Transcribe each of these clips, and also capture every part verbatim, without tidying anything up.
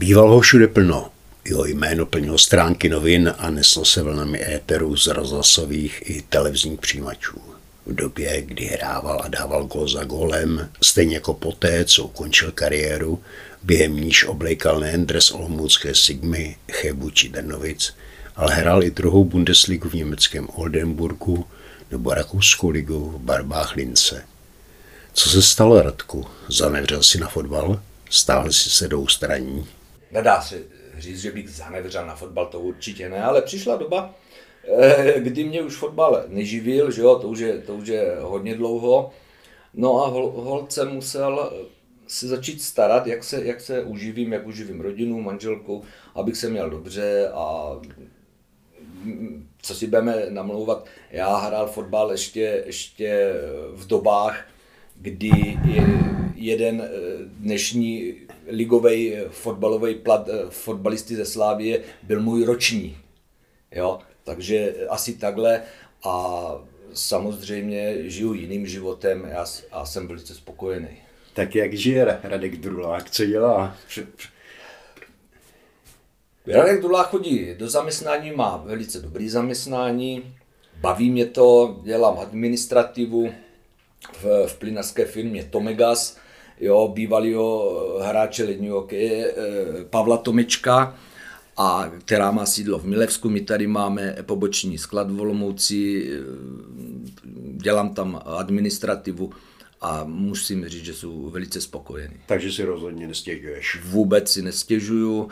Bývalo ho všude plno. Jeho jméno plnilo stránky novin a neslo se vlnami éteru z rozhlasových i televizních přijímačů. V době, kdy hrával a dával gól za gólem, stejně jako poté, co ukončil kariéru, během níž oblékal nejen dres olomoucké Sigmy, Chebu či Drnovic, ale hrál i druhou Bundesligu v německém Oldenburgu nebo rakouskou ligu v Barbách Lince. Co se stalo, Radku? Zanevřel si na fotbal? Stáhl si se do ústraní? Nedá se říct, že bych zanevřel na fotbal, to určitě ne, ale přišla doba, kdy mě už fotbal neživil, že jo, to už je, to už je hodně dlouho. No a hol, holt jsem musel se začít starat, jak se, jak se uživím, jak uživím rodinu, manželku, abych se měl dobře a co si budeme namlouvat, já hrál fotbal ještě, ještě v dobách, kdy jeden dnešní ligový fotbalový plat fotbalisty ze Slávie byl můj roční. Jo? Takže asi takhle a samozřejmě žiju jiným životem já, a jsem velice spokojený. Tak jak žije Radek Drulák, co dělá? Radek Drulák chodí do zaměstnání, má velice dobrý zaměstnání, baví mě to, dělám administrativu v, v plynařské firmě Tomegas, jo, bývalýho hráče ledního hokeje Pavla Tomečka, a která má sídlo v Milevsku. My tady máme poboční sklad v Olomouci, dělám tam administrativu a musím říct, že jsou velice spokojený. Takže si rozhodně nestěžuješ? Vůbec si nestěžuju.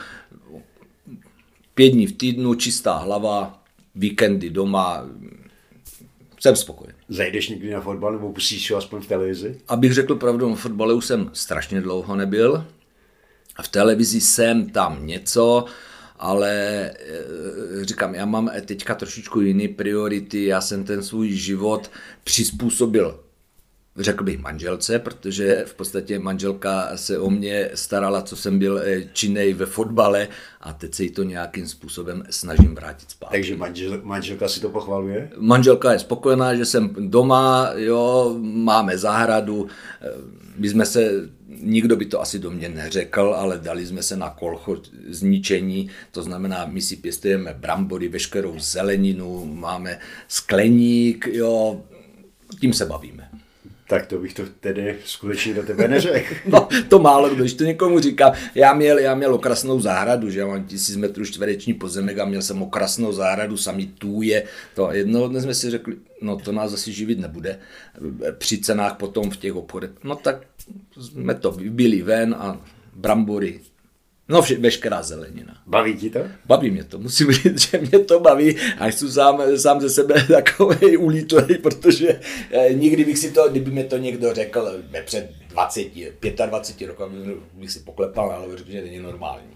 Pět dní v týdnu, čistá hlava, víkendy doma, jsem spokojený. Zajdeš někdy na fotbal nebo pustíš ho aspoň v televizi? Abych řekl pravdu, v fotbale už jsem strašně dlouho nebyl. V televizi jsem tam něco, ale říkám, já mám teďka trošičku jiné priority, já jsem ten svůj život přizpůsobil, řekl bych, manželce, protože v podstatě manželka se o mě starala, co jsem byl činnej ve fotbale a teď se jí to nějakým způsobem snažím vrátit zpátky. Takže manžel, manželka si to pochvaluje? Manželka je spokojená, že jsem doma, jo, máme zahradu, my jsme se, nikdo by to asi do mě neřekl, ale dali jsme se na kolcho zničení, to znamená, my si pěstujeme brambory, veškerou zeleninu, máme skleník, jo, tím se bavíme. Tak to bych to tedy skutečně do tebe neřekl. No, to málo kdo, když to někomu říkám. Já měl, já měl okrasnou zahradu, že já mám tisíc metrů čtvereční pozemek a měl jsem okrasnou zahradu, sami tůje. To jednoho dne jsme si řekli, no to nás asi živit nebude. Při cenách potom v těch obchodech. No tak jsme to vybili ven a brambory. No vše, veškerá zelenina. Baví ti to? Baví mě to, musím říct, že mě to baví a jsem sám, sám ze sebe takovej ulítlej, protože eh, nikdy bych si to, kdyby mi to někdo řekl před dvaceti, dvaceti pěti roky, bych si poklepal, ale řekl, že není normální.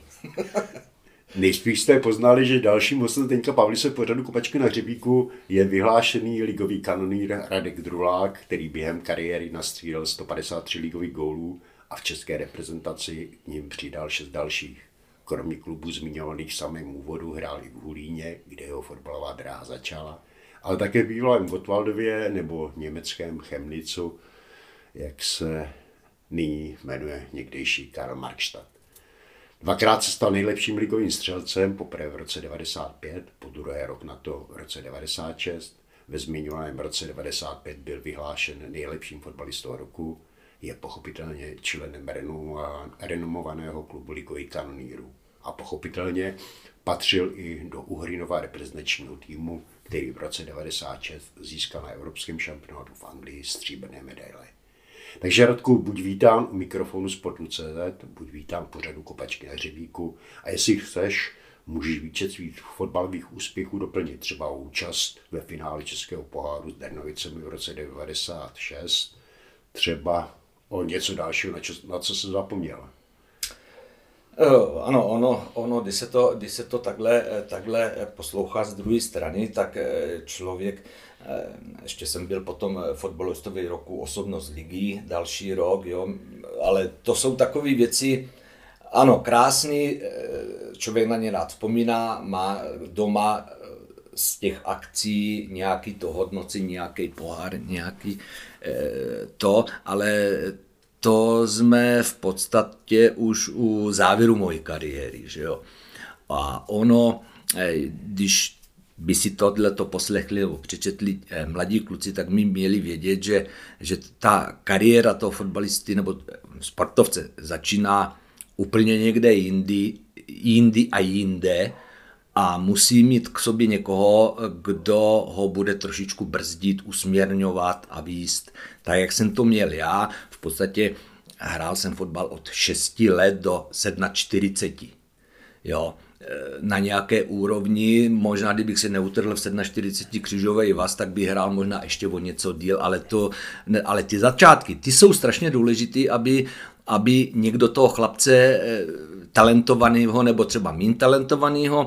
Nejspíš jste poznali, že dalším hostem teďka Pavlise pořadu Kopačky na hřebíku je vyhlášený ligový kanonýr Radek Drulák, který během kariéry nastřílel sto padesát tři ligových gólů a v české reprezentaci k ním přidal šest dalších. Kromě klubů zmiňovaných v samém úvodu hrál i v Hulíně, kde jeho fotbalová dráha začala, ale také v bývalém Gottwaldově nebo německém Chemnicu, jak se nyní jmenuje někdejší Karl Marxstadt. Dvakrát se stal nejlepším ligovým střelcem, poprvé v roce devadesát pět, po druhé rok na to v roce devadesát šest. Ve zmiňovaném roce devadesát pět byl vyhlášen nejlepším fotbalistou roku. Je pochopitelně členem renomovaného klubu ligových kanonýrů. A pochopitelně patřil i do Uhrinova reprezentačního týmu, který v roce devadesát šest získal na evropském šampionátu v Anglii stříbrné medaile. Takže, Radku, buď vítám u mikrofonu Sportu tečka cé zet, buď vítám pořadu Kopačky na hřebíku a jestli chceš, můžeš výčet svých fotbalových úspěchů doplnit třeba o účast ve finále Českého poháru s Drnovicemi v roce devadesát šest, třeba o něco dalšího, na, čo, na co se zapomněl. Uh, ano, ono, ono když, se to, když se to takhle, takhle poslouchá z druhé strany, tak člověk, ještě jsem byl potom fotbalistový roku osobnost ligy, další rok, jo, ale to jsou takové věci, ano, krásný, člověk na ně rád vzpomíná, má doma z těch akcí nějaký to hodnocení, nějaký pohár, nějaký to, ale to jsme v podstatě už u závěru mojí kariéry, že jo. A ono, když by si tohleto poslechli nebo přečetli mladí kluci, tak mi měli vědět, že, že ta kariéra toho fotbalisty nebo sportovce začíná úplně někde jindy, jindy a jinde a musí mít k sobě někoho, kdo ho bude trošičku brzdit, usměrňovat a vést. Tak jak jsem to měl já, v podstatě hrál jsem fotbal od šesti let do čtyřiceti sedmi. Jo, na nějaké úrovni, možná kdybych se neutrhl v čtyřiceti sedmi křižový vaz, tak bych hrál možná ještě o něco díl, ale, to, ale ty začátky, ty jsou strašně důležitý, aby, aby někdo toho chlapce talentovaného nebo třeba míň talentovaného,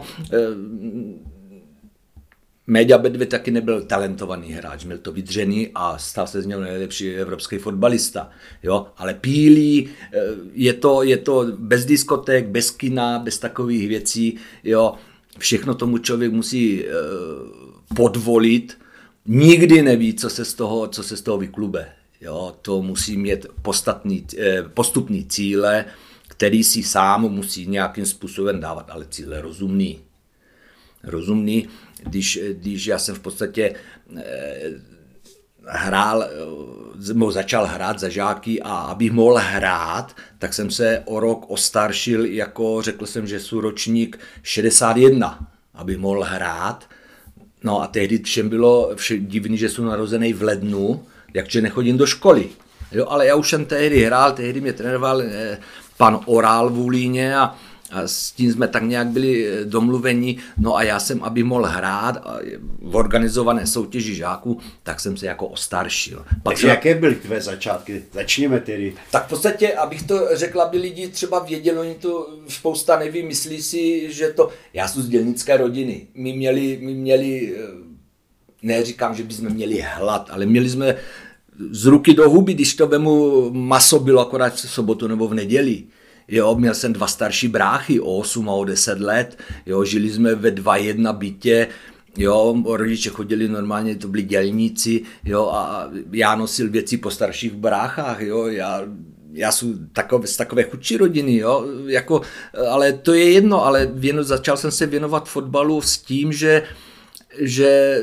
Méďa Bedvěd taky nebyl talentovaný hráč, měl to vydřený a stal se z něho nejlepší evropský fotbalista. Jo? Ale Pílí, je to, je to bez diskoték, bez kina, bez takových věcí. Jo? Všechno tomu člověk musí podvolit. Nikdy neví, co se z toho, co se z toho vyklube. Jo? To musí mít podstatný, postupný cíle, který si sám musí nějakým způsobem dávat, ale cíle rozumný. Rozumný, když, když já jsem v podstatě eh, hrál, eh, začal hrát za žáky a abych mohl hrát, tak jsem se o rok ostaršil, jako řekl jsem, že jsem ročník šedesát jedna, abych mohl hrát. No a tehdy všem bylo vše divný, že jsem narozený v lednu, jakže nechodím do školy. Jo, ale já už jsem tehdy hrál, tehdy mě trénoval eh, pan Orál v Ulíně a A s tím jsme tak nějak byli domluveni, no a já jsem, aby mohl hrát v organizované soutěži žáků, tak jsem se jako ostaršil. Tak jaké byly tvé začátky? Začněme tedy. Tak v podstatě, abych to řekl, aby lidi třeba věděli, oni to spousta neví, myslí si, že to... Já jsem z dělnické rodiny, my měli, my měli, neříkám, že bychom měli hlad, ale měli jsme z ruky do huby, když to vemu, maso bylo akorát v sobotu nebo v neděli. Jo, měl jsem dva starší bráchy, o osm a o deset let, jo, žili jsme ve dva jedna bytě, jo, rodiče chodili normálně, to byli dělníci, jo, a já nosil věci po starších bráchách, jo, já, já jsem takové, z takové chudší rodiny, jo, jako, ale to je jedno, ale věno, začal jsem se věnovat fotbalu s tím, že, že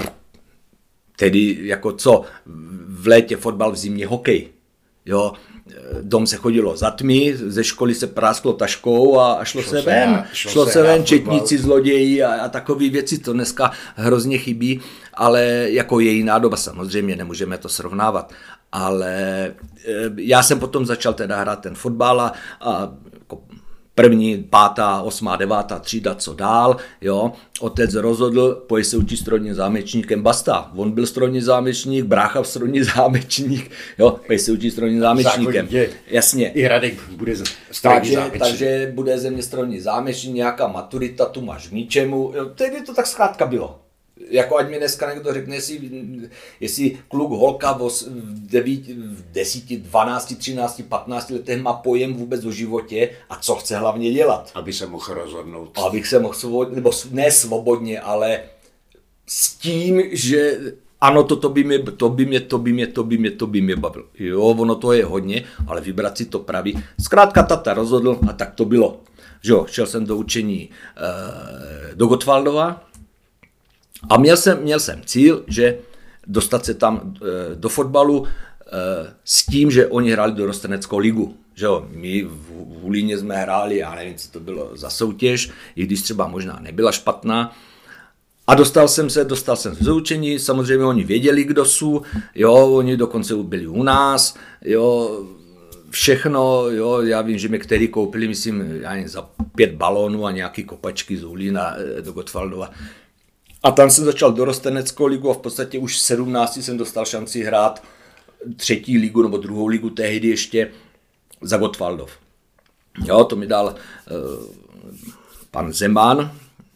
tedy jako co, v létě fotbal, v zimě hokej, jo, dom se chodilo za tmy, ze školy se prásklo taškou a, a šlo, šlo se ven. Já, šlo, šlo se, se ven, četníci, zloději a, a takové věci, to dneska hrozně chybí, ale jako je jiná doba, samozřejmě nemůžeme to srovnávat. Ale já jsem potom začal teda hrát ten fotbal a, a jako první, pátá, osmá, devátá třída, co dál, jo. Otec rozhodl, pojď se učit strojním zámečníkem, basta. On byl strojní zámečník, brácha strojní zámečník, jo, pojď se učit strojním zámečníkem. Jasně. I Radek bude strojní zámečník. Takže bude ze mě strojní zámečník, nějaká maturita, tu máš k ničemu, jo, tehdy to tak zkrátka bylo. Jako ať mi dneska někdo řekne, jestli, jestli kluk, holka v deseti, dvanácti, třinácti, patnácti letech má pojem vůbec o životě a co chce hlavně dělat. Aby se mohl rozhodnout. Abych se mohl svobodně, nebo ne svobodně, ale s tím, že ano, to, to, by mě, to by mě, to by mě, to by mě, to by mě bavilo. Jo, ono to je hodně, ale vybrat si to praví. Zkrátka tata rozhodl a tak to bylo. Že jo, šel jsem do učení eh, do Gottwaldova. A měl jsem, měl jsem cíl, že dostat se tam e, do fotbalu e, s tím, že oni hráli dorosteneckou ligu. Že jo, my v, v Ulíně jsme hráli, já nevím, co to bylo za soutěž, i když třeba možná nebyla špatná. A dostal jsem se, dostal jsem se do učení, samozřejmě oni věděli, kdo jsou, jo, oni dokonce byli u nás, jo, všechno, jo, já vím, že mě který koupili, myslím, já nevím, za pět balónů a nějaký kopačky z Ulína do Gottwaldova. A tam jsem začal dorosteneckou ligu a v podstatě už v sedmnácti jsem dostal šanci hrát třetí ligu nebo druhou ligu tehdy ještě za Gottwaldov. Jo, to mi dal uh, pan Zeman, uh,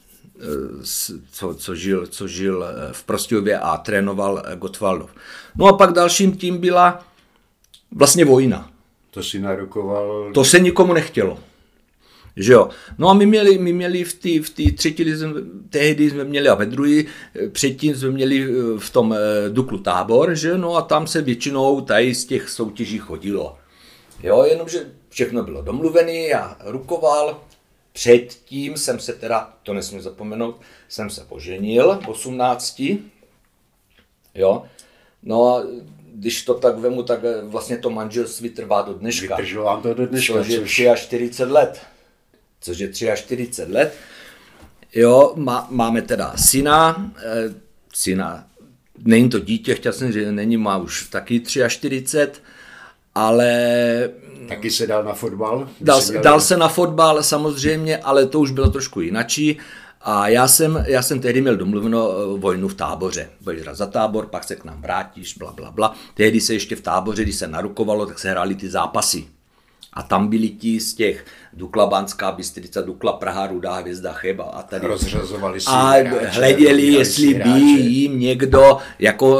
co, co, žil, co žil v Prostějově a trénoval Gottwaldov. No a pak dalším tím byla vlastně vojna. To si narukoval? To se nikomu nechtělo. Že jo. No a my měli, my měli v té v té třetí lize, tehdy jsme měli a ve druhé, předtím jsme měli v tom Duklu Tábor, že no a tam se většinou tady z těch soutěží chodilo. Jo, jenomže všechno bylo domluvené, já rukoval. Předtím jsem se teda, to nesmím zapomenout, jsem se poženil v osmnácti. Jo, no a když to tak vemu, tak vlastně to manželství trvá do dneška. Vydrželo vám to do dneška. Což je čtyřicet tři let. Což je čtyřicet tři let. Jo, má, máme teda syna, e, syna, není to dítě, chtěl jsem říct, není, má už taky čtyřicet tři, ale... Taky se dal na fotbal? Dal, dal se na fotbal samozřejmě, ale to už bylo trošku jinačí. A já jsem, já jsem tehdy měl domluveno vojnu v Táboře. Budeš hrát za Tábor, pak se k nám vrátíš, bla, bla, bla. Tehdy se ještě v Táboře, když se narukovalo, tak se hrály ty zápasy. A tam byli ti z těch Dukla Banská Bystrica, Dukla Praha, Rudá Hvězda, Cheba a tady. Rozřazovali si a hráče, hleděli, jestli by jim někdo jako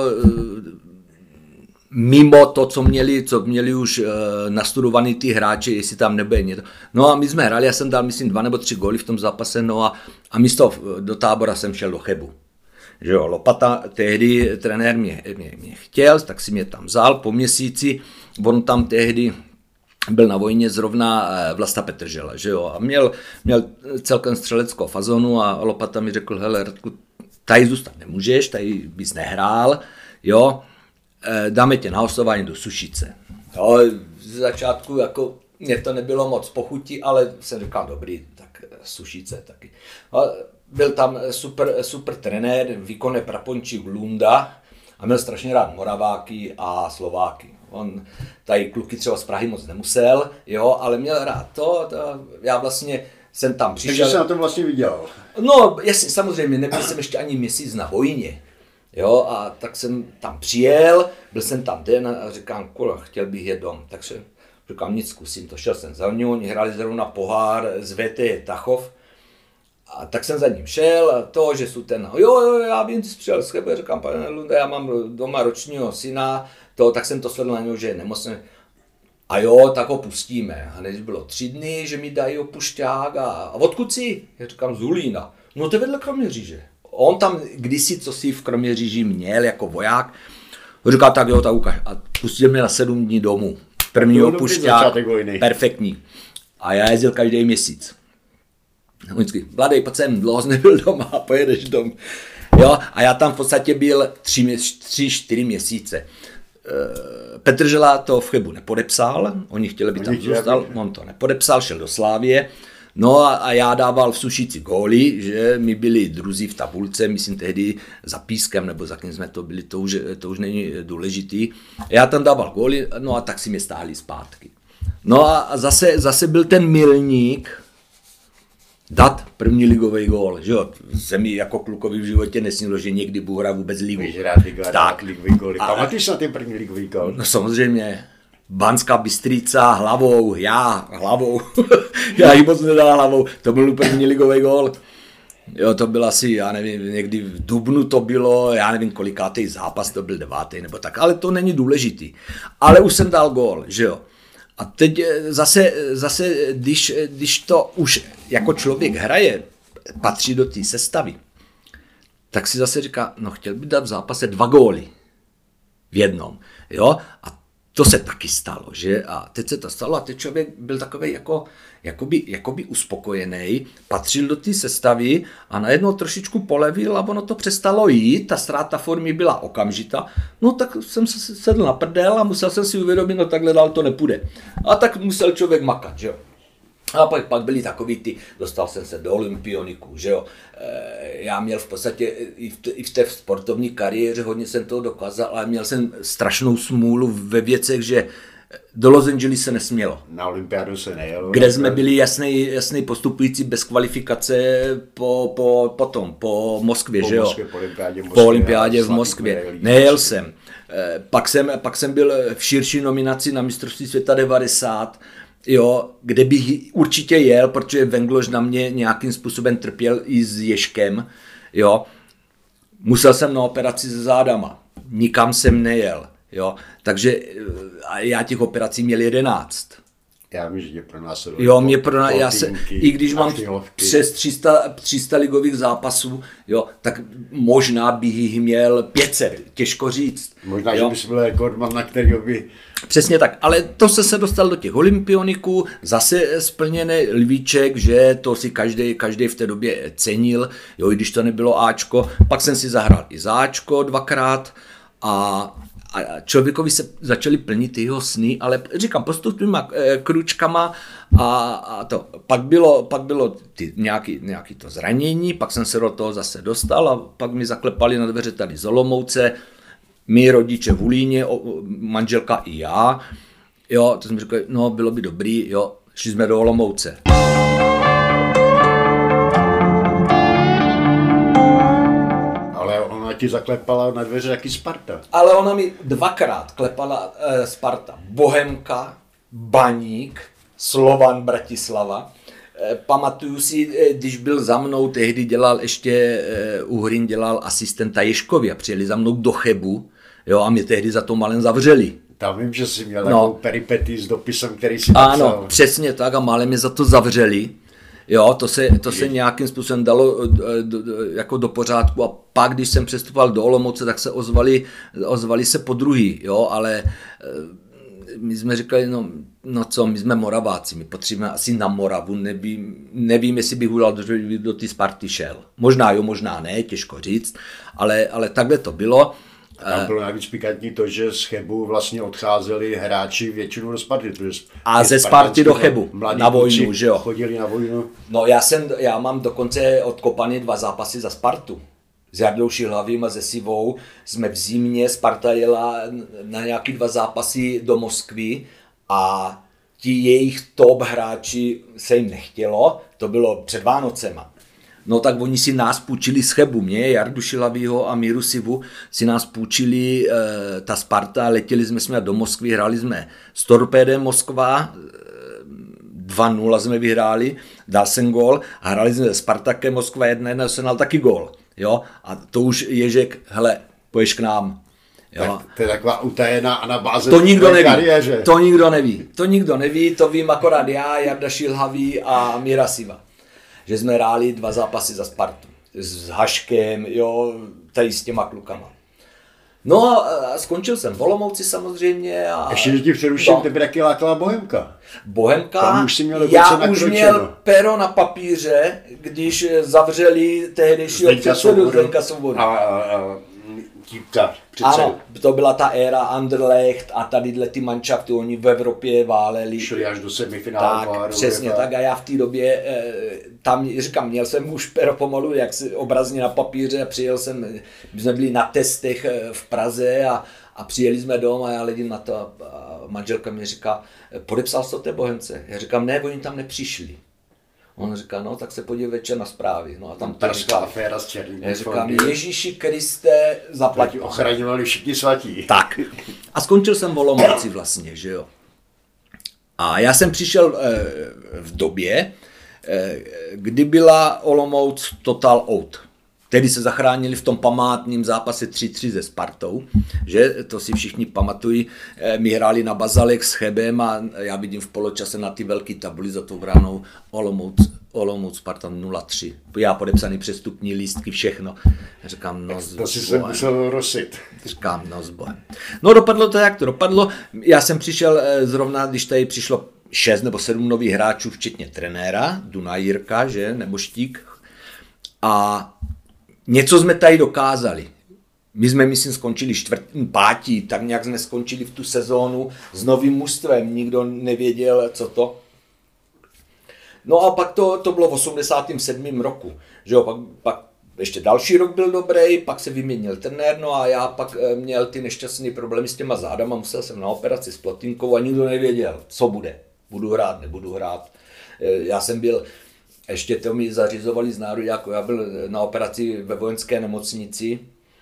mimo to, co měli, co měli už uh, nastudovaný ty hráči, jestli tam nebude něco. No a my jsme hráli, já jsem dal myslím dva nebo tři góly v tom zápase, no a, a místo do Tábora jsem šel do Chebu. Že jo, Lopata, tehdy trenér mě, mě, mě chtěl, tak si mě tam vzal po měsíci, on tam tehdy byl na vojně zrovna Vlasta Petržela, že jo, a měl, měl celkem střeleckou fazonu a Lopata mi řekl, hele Radku, tady zůstat nemůžeš, tady bys nehrál, jo, dáme tě na hostování do Sušice. Jo, z začátku jako mě to nebylo moc pochutí, ale jsem říkal, dobrý, tak Sušice taky. A byl tam super, super trenér, výkonný prapončík Lunda a měl strašně rád Moraváky a Slováky. On tady kluky třeba z Prahy moc nemusel, jo, ale měl rád to, to já vlastně jsem tam přišel. Takže se na tom vlastně vydělal. No, jasně, samozřejmě, nebyl jsem ještě ani měsíc na vojně. Jo, a tak jsem tam přijel, byl jsem tam den a říkám, kula, chtěl bych jet dom. Takže říkám, nic, zkusím to. Šel jsem za ním, oni hráli zrovna pohár z V T Tachov. A tak jsem za ním šel a to, že jsou ten, jo, jo, já vím, ty jsi přijel z Cheby, říkám, pane Lunda, já mám doma ročního syna, to, tak jsem to sledl na něj, že je nemocný. A jo, tak ho pustíme. A než bylo tři dny, že mi dají opušťák a, a odkud jsi? Já říkám, z Hulína. No to je vedle Kroměříže. On tam kdysi, co si v Kroměříži měl jako voják, říkal, tak jo, tak ukáž. A pustil mě na sedm dní domů. První opušťák, perfektní. A já jezdil každý měsíc. Vždycky, mladý, pojď sem, dlouho jsi nebyl doma, pojedeš dom. Jo, a já tam v podstatě byl tři, tři čtyři měsíce. Petržela to v Chebu nepodepsal, oni chtěli, by tam zůstal, on to nepodepsal, šel do Slávie. No a, a já dával v Sušici góly, že my byli druzí v tabulce, myslím tehdy za Pískem, nebo za kým jsme to byli, to už, to už není důležitý. Já tam dával góly, no a tak si mě stáhli zpátky. No a zase, zase byl ten milník dát první ligový gól, že jo, se mi jako klukovi v životě nesnilo, že někdy budu hrát vůbec ligu. Víš rád ligu, tak. Ligový góly. Pamatuješ na ten první ligový gól? No samozřejmě. Banská Bystrica hlavou, já hlavou, já ji moc nedal hlavou, to byl první ligový gól. Jo, to byl asi, já nevím, někdy v dubnu to bylo, já nevím kolikátý zápas, to byl devátý nebo tak, ale to není důležitý. Ale už jsem dal gól, že jo. A teď zase, zase když, když to už jako člověk hraje, patří do té sestavy, tak si zase říká, no chtěl by dát v zápase dva góly v jednom, jo, a to se taky stalo, že? A teď se to stalo a teď člověk byl takový jako, jakoby, jakoby uspokojený, patřil do té sestavy a najednou trošičku polevil a ono to přestalo jít, ta ztráta formy byla okamžitá, no tak jsem se sedl na prdel a musel jsem si uvědomit, no takhle dál to nepůjde. A tak musel člověk makat, že jo? A pak, pak byly takový ty, dostal jsem se do olympioniku, že jo. E, já měl v podstatě i v, t, i v té sportovní kariéře hodně jsem toho dokázal, ale měl jsem strašnou smůlu ve věcech, že do Los Angeles se nesmělo. Na olympiádu se nejelo. Kde jsme byli jasný, jasný postupující bez kvalifikace po, po, potom, po Moskvě, po že jo. Moskvě, po olympiádě, Moskvě, po olympiádě v Moskvě. Nejel jsem. E, pak jsem. Pak jsem byl v širší nominaci na mistrovství světa devadesát, jo, kde bych určitě jel, protože Vengloš na mě nějakým způsobem trpěl i s Ježkem, jo. Musel jsem na operaci se zádama, nikam jsem nejel, jo, takže já těch operací měl jedenáct. Já vím, že mě pronásledovali. Jo, mě pro já se, i když mám přes tři sta, tři sta ligových zápasů, jo, tak možná bych jich měl pět set, těžko říct. Možná, jo. že bys byl rekordman, na kterého by... Přesně tak, ale to se se dostal do těch olympioniků, zase splněný lvíček, že to si každý, každý v té době cenil, jo, i když to nebylo Ačko, pak jsem si zahrál i za Ačko dvakrát a a člověkovi se začaly plnit jeho sny, ale říkám, postupnýma kručkama a, a to. Pak bylo, pak bylo ty, nějaký, nějaký to zranění, pak jsem se do toho zase dostal a pak mi zaklepali na dveře tady z Olomouce, my rodiče v Ulíně, manželka i já, jo, to jsem říkal, no bylo by dobrý, jo, šli jsme do Olomouce. Ti zaklepala na dveře taky Sparta. Ale ona mi dvakrát klepala e, Sparta. Bohemka, Baník, Slovan Bratislava. E, pamatuju si, e, když byl za mnou, tehdy dělal ještě, e, Uhrin dělal asistenta Ježkovi a přijeli za mnou do Chebu, jo, a mě tehdy za to malem zavřeli. Tam vím, že jsi měl no. takovou peripetii s dopisem, který si napsal. Ano, přesně tak a malem mě za to zavřeli. Jo, to se, to se nějakým způsobem dalo do, do, jako do pořádku a pak, když jsem přestupoval do Olomouce, tak se ozvali, ozvali se po druhý, jo, ale my jsme říkali, no, no co, my jsme Moraváci, my potřebujeme asi na Moravu, nevím, nevím jestli bych udal, do, do té Sparty šel. Možná jo, možná ne, těžko říct, ale, ale takhle to bylo. Tam bylo navíc pikantní to, že z Chebu vlastně odcházeli hráči většinou do Sparty. A ze Sparty do Chebu, na vojnu, že jo. Chodili na vojnu. No já jsem, já mám dokonce odkopaný dva zápasy za Spartu. S Jardou Šilhavým a se Sivou jsme v zimě, Sparta jela na nějaký dva zápasy do Moskvy a ti jejich top hráči se jim nechtělo, to bylo před Vánocema. No tak oni si nás půjčili z Chebu, mě, Jardu Šilavýho a Míru Sivu, si nás půjčili e, ta Sparta, letěli jsme jsme do Moskvy, hráli jsme s Torpédem Moskva, dva nula jsme vyhráli, dal jsem gól a hráli jsme s Spartakem Moskva jedna jedna, jsem dal taky gól, jo, a to už Ježek, hele, poješ k nám. Jo. Tak to je taková utajená anabáze. To nikdo neví, kariéře. to nikdo neví, to nikdo neví, to vím akorát já, Jarda Šilhavý a Míra Siva. Že jsme hráli dva zápasy za Spartu. S Haškem, jo, tady s těma klukama. No a skončil jsem v Olomouci samozřejmě. A... Ještě, že ti přeruším, no. Tebe taky lákala Bohemka. Bohemka, Tam už si měl já už měl pero na papíře, když zavřeli tehdejšího předsedu Zdeňka Svobodu. A, a, a típka, ano, to byla ta éra Anderlecht a tadyhle ty manšafty, oni v Evropě váleli. Šli až do semifinále. Tak, přesně tak a já v té době, tam říkám, měl jsem už pero pomalu, jak si obrazně na papíře a přijel jsem, my jsme byli na testech v Praze a, a přijeli jsme doma a já hledím na to a, a manželka mi říká, podepsal jsi to té Bohemce? Já říkám, ne, oni tam nepřišli. On říká, no tak se podívej večer na zprávy. No a tam Tarská aféra s černým. Já říkám, Ježíši Kriste, zaplať. Ochraňovali všichni svatí. Tak. A skončil jsem v Olomouci vlastně, že jo. A já jsem přišel e, v době, e, kdy byla Olomouc total out. Tedy se zachránili v tom památném zápase tři tři se Spartou, že to si všichni pamatují. My hráli na Bazalek s Chebem a já vidím v poločase na ty velké tabuli za tou bránou Olomouc, Olomouc Sparta nula tři. Já podepsaný přestupní lístky, všechno. Říkám, no s To si se musel rosit. Říkám, no s Bohem. No dopadlo to, jak to dopadlo. Já jsem přišel zrovna, když tady přišlo šest nebo sedm nových hráčů, včetně trenéra, Dunaj Jirka, že, nebo Štík. A něco jsme tady dokázali. My jsme, myslím, skončili čtvrtý, pátí, tak nějak jsme skončili v tu sezónu s novým mužstvem, nikdo nevěděl, co to. No a pak to, to bylo v osmdesátém sedmém roku, že jo, pak, pak ještě další rok byl dobrý, pak se vyměnil trenér, no a já pak měl ty nešťastné problémy s těma zádama, musel jsem na operaci s plotinkou a nikdo nevěděl, co bude. Budu hrát, nebudu hrát. Já jsem byl... Ještě to mi zařizovali z nároďáku, já byl na operaci ve vojenské nemocnici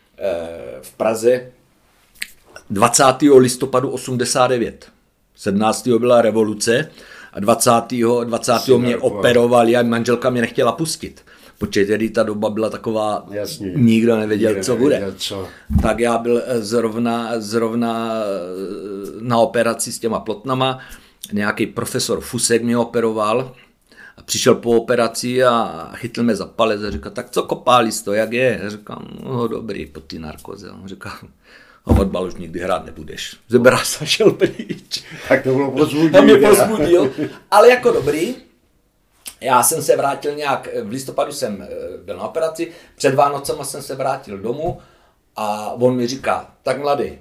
v Praze dvacátého listopadu osmdesát devět. sedmnáctého byla revoluce a dvacátého dvacátého mě operovali a manželka mě nechtěla pustit. Protože tedy ta doba byla taková, jasně, nikdo nevěděl, nikdo co nevěděl, bude. Co. Tak já byl zrovna, zrovna na operaci s těma plotnama nějaký profesor Fusek mě operoval a přišel po operaci a chytl mě za palec a říkal, tak co kopális to, jak je? Já říkám, no dobrý, po ty narkoze. On říkal, a fotbal už nikdy hrát nebudeš. Zebral se a šel pryč. Tak to bylo pozbudil. A mě pozbudil, ale jako dobrý. Já jsem se vrátil nějak, v listopadu jsem byl na operaci, před Vánocema jsem se vrátil domů a on mi říká, tak mladý,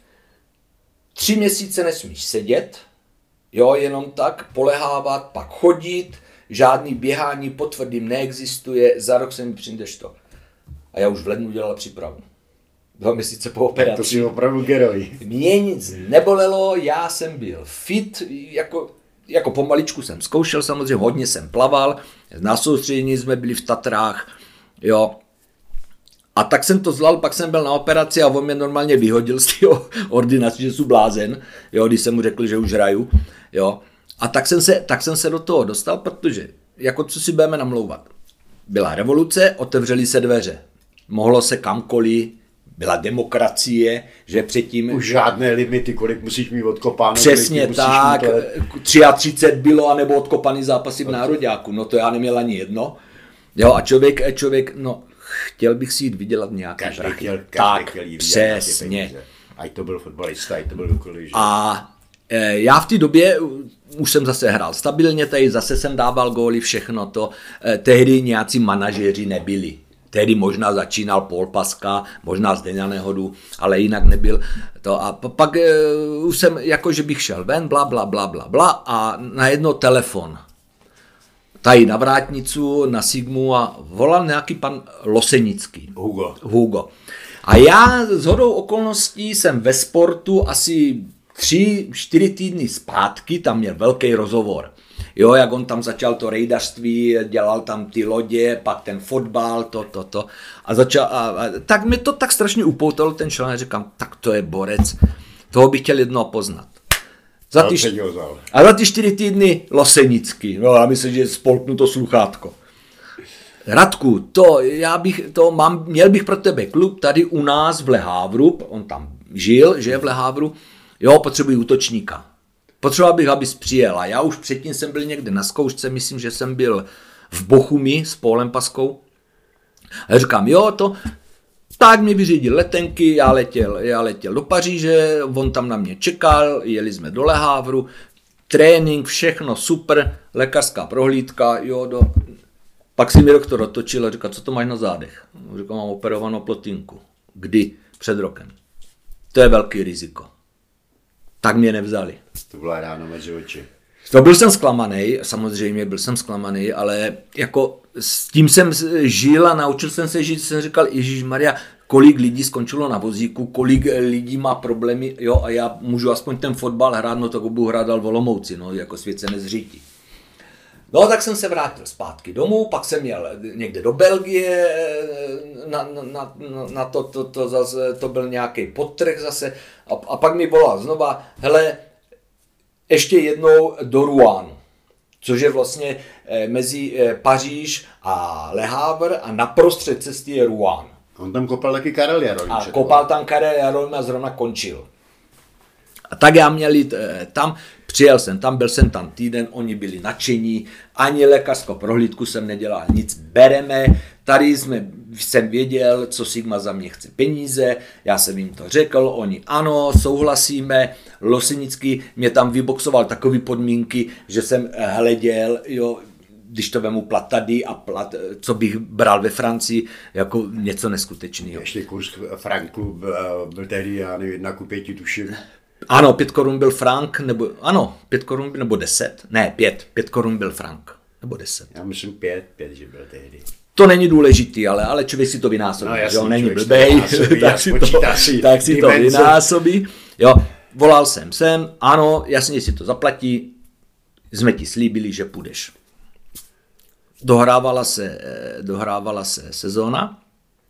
tři měsíce nesmíš sedět, jo, jenom tak, polehávat, pak chodit, žádný běhání po tvrdým neexistuje, za rok se mi přijdeš to. A já už v lednu dělal přípravu. Dva měsíce po operaci. To si opravdu geroj. Mě nic nebolelo, já jsem byl fit, jako, jako pomaličku jsem zkoušel, samozřejmě hodně jsem plaval, na soustředění jsme byli v Tatrách, jo. A tak jsem to zvládl, pak jsem byl na operaci a on mě normálně vyhodil z té ordinace, že jsem blázen, jo, když jsem mu řekl, že už hraju, jo. A tak jsem se, tak jsem se do toho dostal, protože, jako co si budeme namlouvat, byla revoluce, otevřely se dveře, mohlo se kamkoliv, byla demokracie, že předtím... Už žádné limity, kolik musíš mít odkopáno. Přesně tak, třicet tři bylo, anebo odkopaný zápasy v nároďáku, no to já neměl ani jedno. Jo, a člověk, člověk, no, chtěl bych si jít vydělat nějaké každý prachy. chtěl, každý tak, chtěl jít přesně. Ať to byl fotbalista, ať to byl kdokoliv. A e, já v té době už jsem zase hrál stabilně, tady zase jsem dával góly, všechno to. E, tehdy nějací manažeři nebyli. Tehdy možná začínal Paul Paska, možná z Deňa Nehodu, ale jinak nebyl to. A pak e, už jsem, jako že bych šel ven, bla, bla, bla, bla, bla a najednou telefon. Tady na Vrátnicu, na Sigmu a volal nějaký pan Losenický. Hugo. Hugo. A já shodou okolností jsem ve Sportu asi tři, čtyři týdny zpátky, tam měl velký rozhovor. Jo, jak on tam začal to rejdařství, dělal tam ty lodě, pak ten fotbal, to, to, to. A, začal, a, a tak mi to tak strašně upoutalo ten člen, říkám, tak to je borec, toho bych chtěl jednoho poznat. Za ty, a za ty čtyři týdny Losenický, no já myslím, že spolknu to sluchátko. Radku, to já bych, to mám, měl bych pro tebe klub tady u nás v Le Havru, on tam žil, že je v Le Havru, jo, potřebuji útočníka. Potřeboval bych, abys přijel. A já už předtím jsem byl někde na zkoušce, myslím, že jsem byl v Bochumi s Paulem Paskou. A já říkám, jo, to, tak mi vyřídil letenky, já letěl, já letěl do Paříže, on tam na mě čekal, jeli jsme do Le Havru, trénink, všechno super, lékařská prohlídka, jo, do... Pak si mi doktor otočil a říkal, co to máš na zádech? Říkal, mám operovanou plotínku. Kdy? Před rokem. To je velký riziko. Tak mě nevzali. To byla ráno mezi oči. To byl jsem zklamaný, samozřejmě byl jsem zklamaný, ale jako s tím jsem žil a naučil jsem se žít, jsem říkal, Ježišmarja, kolik lidí skončilo na vozíku, kolik lidí má problémy, jo, a já můžu aspoň ten fotbal hrát, no tak budu hrát dal v Olomouci, no, jako svět se nezřítí. No, tak jsem se vrátil zpátky domů, pak jsem jel někde do Belgie, na, na, na, na to, to, to, zase, to byl nějaký podtrh zase, a, a pak mi volal znova, hele, ještě jednou do Rouen, což je vlastně mezi Paříž a Le Havre a naprostřed cesty je Rouen. On tam kopal taky Karel Jarolím. A kopal tam Karel Jarolím a zrovna končil. A tak já měl jít tam, přijel jsem tam, byl jsem tam týden, oni byli nadšení, ani lékařskou prohlídku jsem nedělal, nic, bereme, tady jsme, jsem věděl, co Sigma za mě chce peníze, já jsem jim to řekl, oni ano, souhlasíme, Losenický mě tam vyboxoval takové podmínky, že jsem hleděl, jo, když to vemu plat tady a plat, co bych bral ve Francii, jako něco neskutečného. Ještě kurz franku byl, byl tehdy, já nevím, jedna ku pěti tuším. Ano, pět korun byl frank, nebo ano, pět korun nebo deset, ne, pět, pět korun byl frank, nebo deset. Já myslím pět, pět, že byl tehdy. To není důležitý, ale, ale člověk si to vynásobí, no, jasný, jo, není blbej, tak si to, si tak si to vynásobí. Jo, volal jsem sem, ano, jasně si to zaplatí, jsme ti slíbili, že půjdeš. Dohrávala se, dohrávala se sezóna.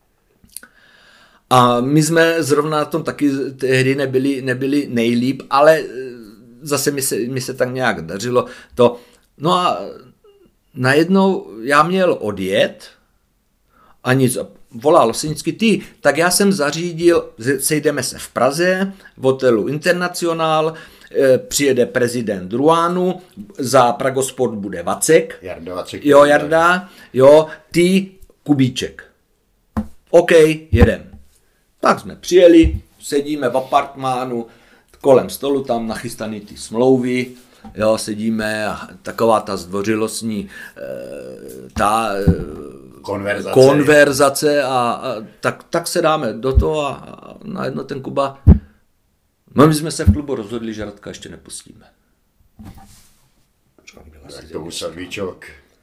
A my jsme zrovna na tom taky tehdy nebyli, nebyli nejlíp, ale zase mi se, mi se tak nějak dařilo to. No a najednou já měl odjet a nic. volal Losenický, ty, tak já jsem zařídil, sejdeme se v Praze, v hotelu Internacionál, přijede prezident Ruánu, za Pragosport bude Vacek. Jarda Vacek. Jo, Jarda, jo, ty, Kubíček. OK, jedem. Tak jsme přijeli, sedíme v apartmánu, kolem stolu tam nachystaný ty smlouvy, jo, sedíme a taková ta zdvořilostní ta konverzace, konverzace a, a tak, tak se dáme do toho a, a najednou ten Kuba, no my jsme se v klubu rozhodli, že Radka ještě nepustíme. Tak to musel být čok.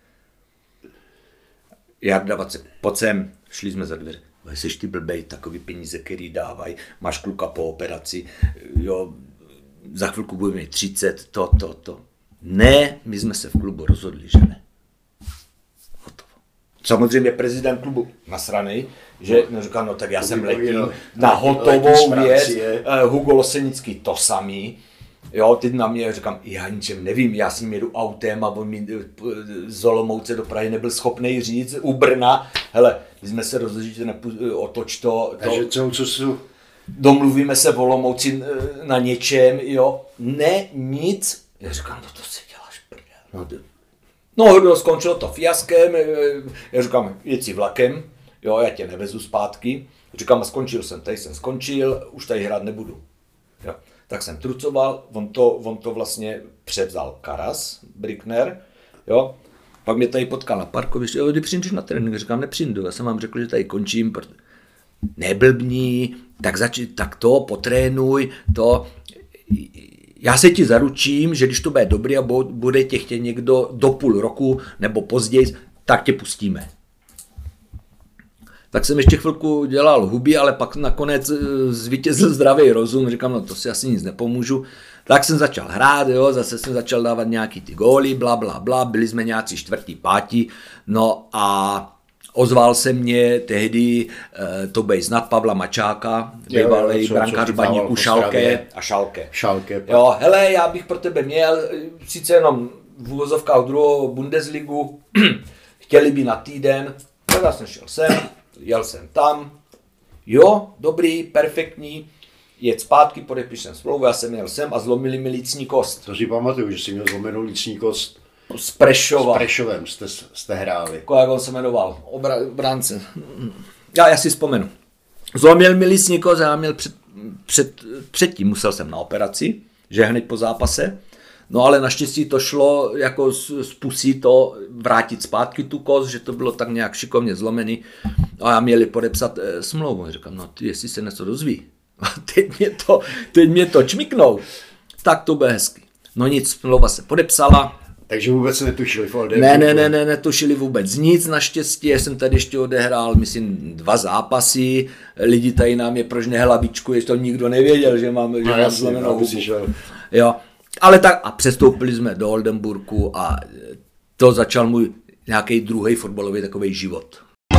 Jarda Vacek, pojď sem, šli jsme za dveře. Jseš ty blbej, takový peníze, který dávají, máš kluka po operaci, jo, za chvilku budeme mít třicet, to, to, to. Ne, my jsme se v klubu rozhodli, že ne. Hotovo. Samozřejmě prezident klubu nasranej, že no, říkal, no tak já jsem letěl na hotovou věc, Hugo Losenický to samý. Jo, teď na mě říkám, já ničem nevím, já s ním jedu autem a on mi z Olomouce do Prahy nebyl schopný říct, u Brna, hele, my jsme se rozhodli, že nepů- otoč to, to. Takže co, co jsou? Domluvíme se v Olomouci na něčem, jo, ne, nic. Já říkám, no to si děláš prdel. No, no, skončilo to fiaskem, já říkám, jedь si vlakem, jo, já tě nevezu zpátky. Říkám, skončil jsem, tady jsem skončil, už tady hrát nebudu. Jo. Tak jsem trucoval, on to, on to vlastně převzal Karas, Brickner, jo. Pak mě tady potkal na parkovišti, jo, kdy přijdeš na trénink, říkám, nepřijdu, já jsem vám řekl, že tady končím, protože neblbní, tak, zači, tak to, potrénuj, to. Já se ti zaručím, že když to bude dobrý a bude tě chtít někdo do půl roku nebo později, tak tě pustíme. Tak jsem ještě chvilku dělal huby, ale pak nakonec zvítězil zdravý rozum, říkám, no to si asi nic nepomůžu. Tak jsem začal hrát, jo, zase jsem začal dávat nějaký ty góly, bla, bla, bla, byli jsme nějací čtvrtí, pátí, no a ozval se mě tehdy, to bej znát Pavla Mačáka, bývalý brankář Baníku Šalke a Šalke. Šalke. Jo, hele, já bych pro tebe měl, sice jenom v úvozovkách druhou Bundesligu, chtěli by na týden, tak já jsem šel sem, jel jsem tam, jo, dobrý, perfektní, jet zpátky, podepíšem smlouvu, já jsem jel sem a zlomili mi lícní kost. To si pamatuju, že jsi měl zlomenou lícní kost. Z Prešova. S Prešovem jste, jste hráli. Jako jak on se jmenoval, obránce. Já, já si vzpomenu. Zlomil mi lícní kost, já měl před, před, předtím, musel jsem na operaci, že hned po zápase. No ale naštěstí to šlo jako z pusí to vrátit zpátky tu kost, že to bylo tak nějak šikovně zlomený. A já měli podepsat e, smlouvu. Říkám, no ty, jestli se něco dozví. A teď mě to, teď mě to čmiknou. Tak to bude hezky. No nic, smlouva se podepsala. Takže vůbec netušili v Oldenburgu? Ne, ne, ne, ne, netušili vůbec nic naštěstí. Já jsem tady ještě odehrál, myslím, dva zápasy. Lidi tady nám je proč nehlavičku, ještě to nikdo nevěděl, že mám, že no, mám zlomenou hubu. Šel. Jo. Ale tak a přestoupili jsme do Oldenburgu a to začal můj nějaký druhý fotbalový takový život.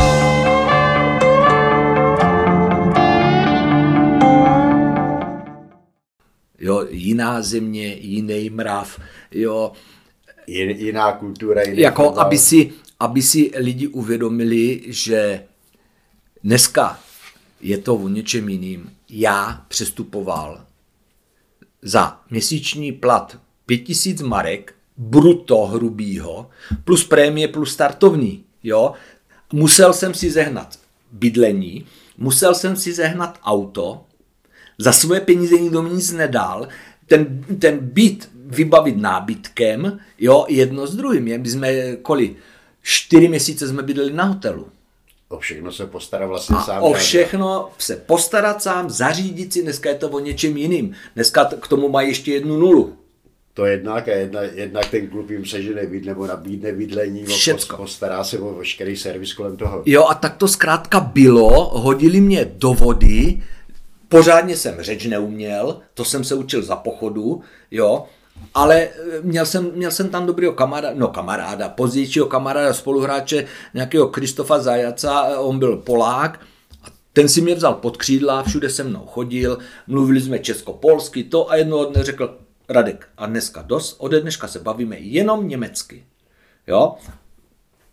Jo, jiná země, jiný mrav, jo. Jiná kultura, jiný jako fotbal. aby si, aby si lidi uvědomili, že dneska je to o něčem jiným. Já přestupoval za měsíční plat pět tisíc marek, bruto hrubýho, plus prémie, plus startovní. Jo? Musel jsem si zehnat bydlení, musel jsem si zehnat auto, za svoje peníze nikdo mi nic nedal, ten, ten byt vybavit nábytkem, jo, jedno s druhým. My jsme kolik? Čtyři měsíce jsme bydleli na hotelu. O všechno se postarat vlastně a sám. O všechno se postarat sám, zařídit si, dneska je to o něčem jiným. Dneska k tomu mají ještě jednu nulu. To jednak a jedna, jednak ten klub jim sežene byd nebo nabídne bydlení, Všecko. Postará se o veškerý servis kolem toho. Jo, a tak to zkrátka bylo, hodili mě do vody, pořádně jsem řeč neuměl, to jsem se učil za pochodu, jo, ale měl jsem, měl jsem tam dobrýho kamaráda, no kamaráda, pozdějšího kamaráda, spoluhráče, nějakého Kristofa Zajaca, on byl Polák, a ten si mě vzal pod křídla, všude se mnou chodil, mluvili jsme česko-polsky, to a jednoho dne řekl, Radek, a dneska dost, ode dneška se bavíme jenom německy, jo.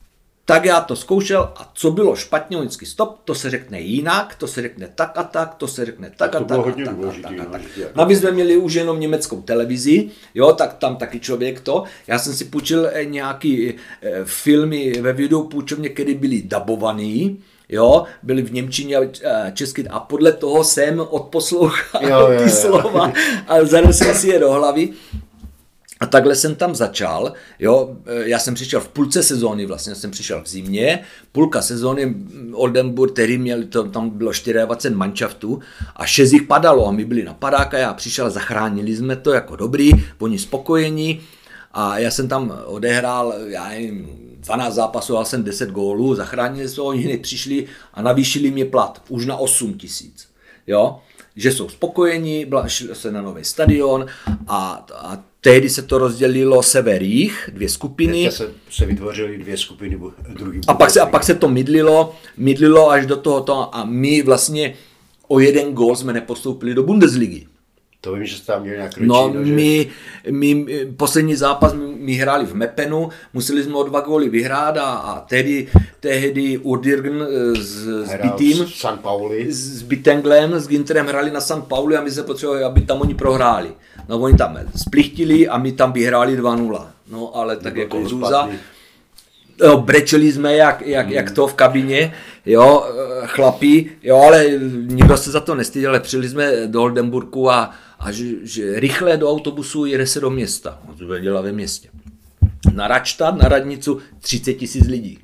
Tak já to zkoušel a co bylo špatně, vždycky stop, to se řekne jinak, to se řekne tak a tak, to se řekne tak a, to tak, a hodně tak, důležitý, a tak a tak. No, No, my jsme měli už jenom německou televizi, jo, tak tam taky člověk to. Já jsem si půjčil nějaký e, filmy ve videopůjčovně, které byly dabovaný, jo, byly v němčině a česky a podle toho jsem odposlouchal ty slova a zadal jsem si je do hlavy. A takhle jsem tam začal, jo, já jsem přišel v půlce sezóny, vlastně jsem přišel v zimě, půlka sezóny Oldenburg, který měl, to, tam bylo dvacet čtyři manšaftů a šest jich padalo a my byli na padáka, já přišel, zachránili jsme to jako dobrý, oni spokojení a já jsem tam odehrál, já nevím, dvanáct zápasů, dal jsem deset gólů, zachránili se, oni hned přišli a navýšili mě plat už na osm tisíc, jo, že jsou spokojení, šli se na nový stadion a, a tehdy se to rozdělilo sever-jih, dvě skupiny. Se, se vytvořily dvě skupiny. Druhý a, pak se, a pak se to mydlilo, mydlilo až do tohoto a my vlastně o jeden gól jsme nepostoupili do Bundesligy. To vím, že jste tam měli nějak ročí, No, no že... my, my, poslední zápas my, my hráli v Meppenu, museli jsme o dva góly vyhrát a, a tehdy, tehdy Udirgen s, s Bitým, San Pauli. s Bittenglem, s Ginterem hráli na San Pauli a my se potřebovali, aby tam oni prohráli. No oni tam splichtili a my tam vyhráli dva nula. No ale tak jako hrůza. No, brečeli jsme jak, jak, hmm. jak to v kabině, jo, chlapi, jo, ale nikdo se za to nestyděl, ale přijeli jsme do Oldenburgu a, a že, že rychle do autobusu jede se do města. No, to dělá ve městě. Na Radštát, na radnicu třicet tisíc lidí.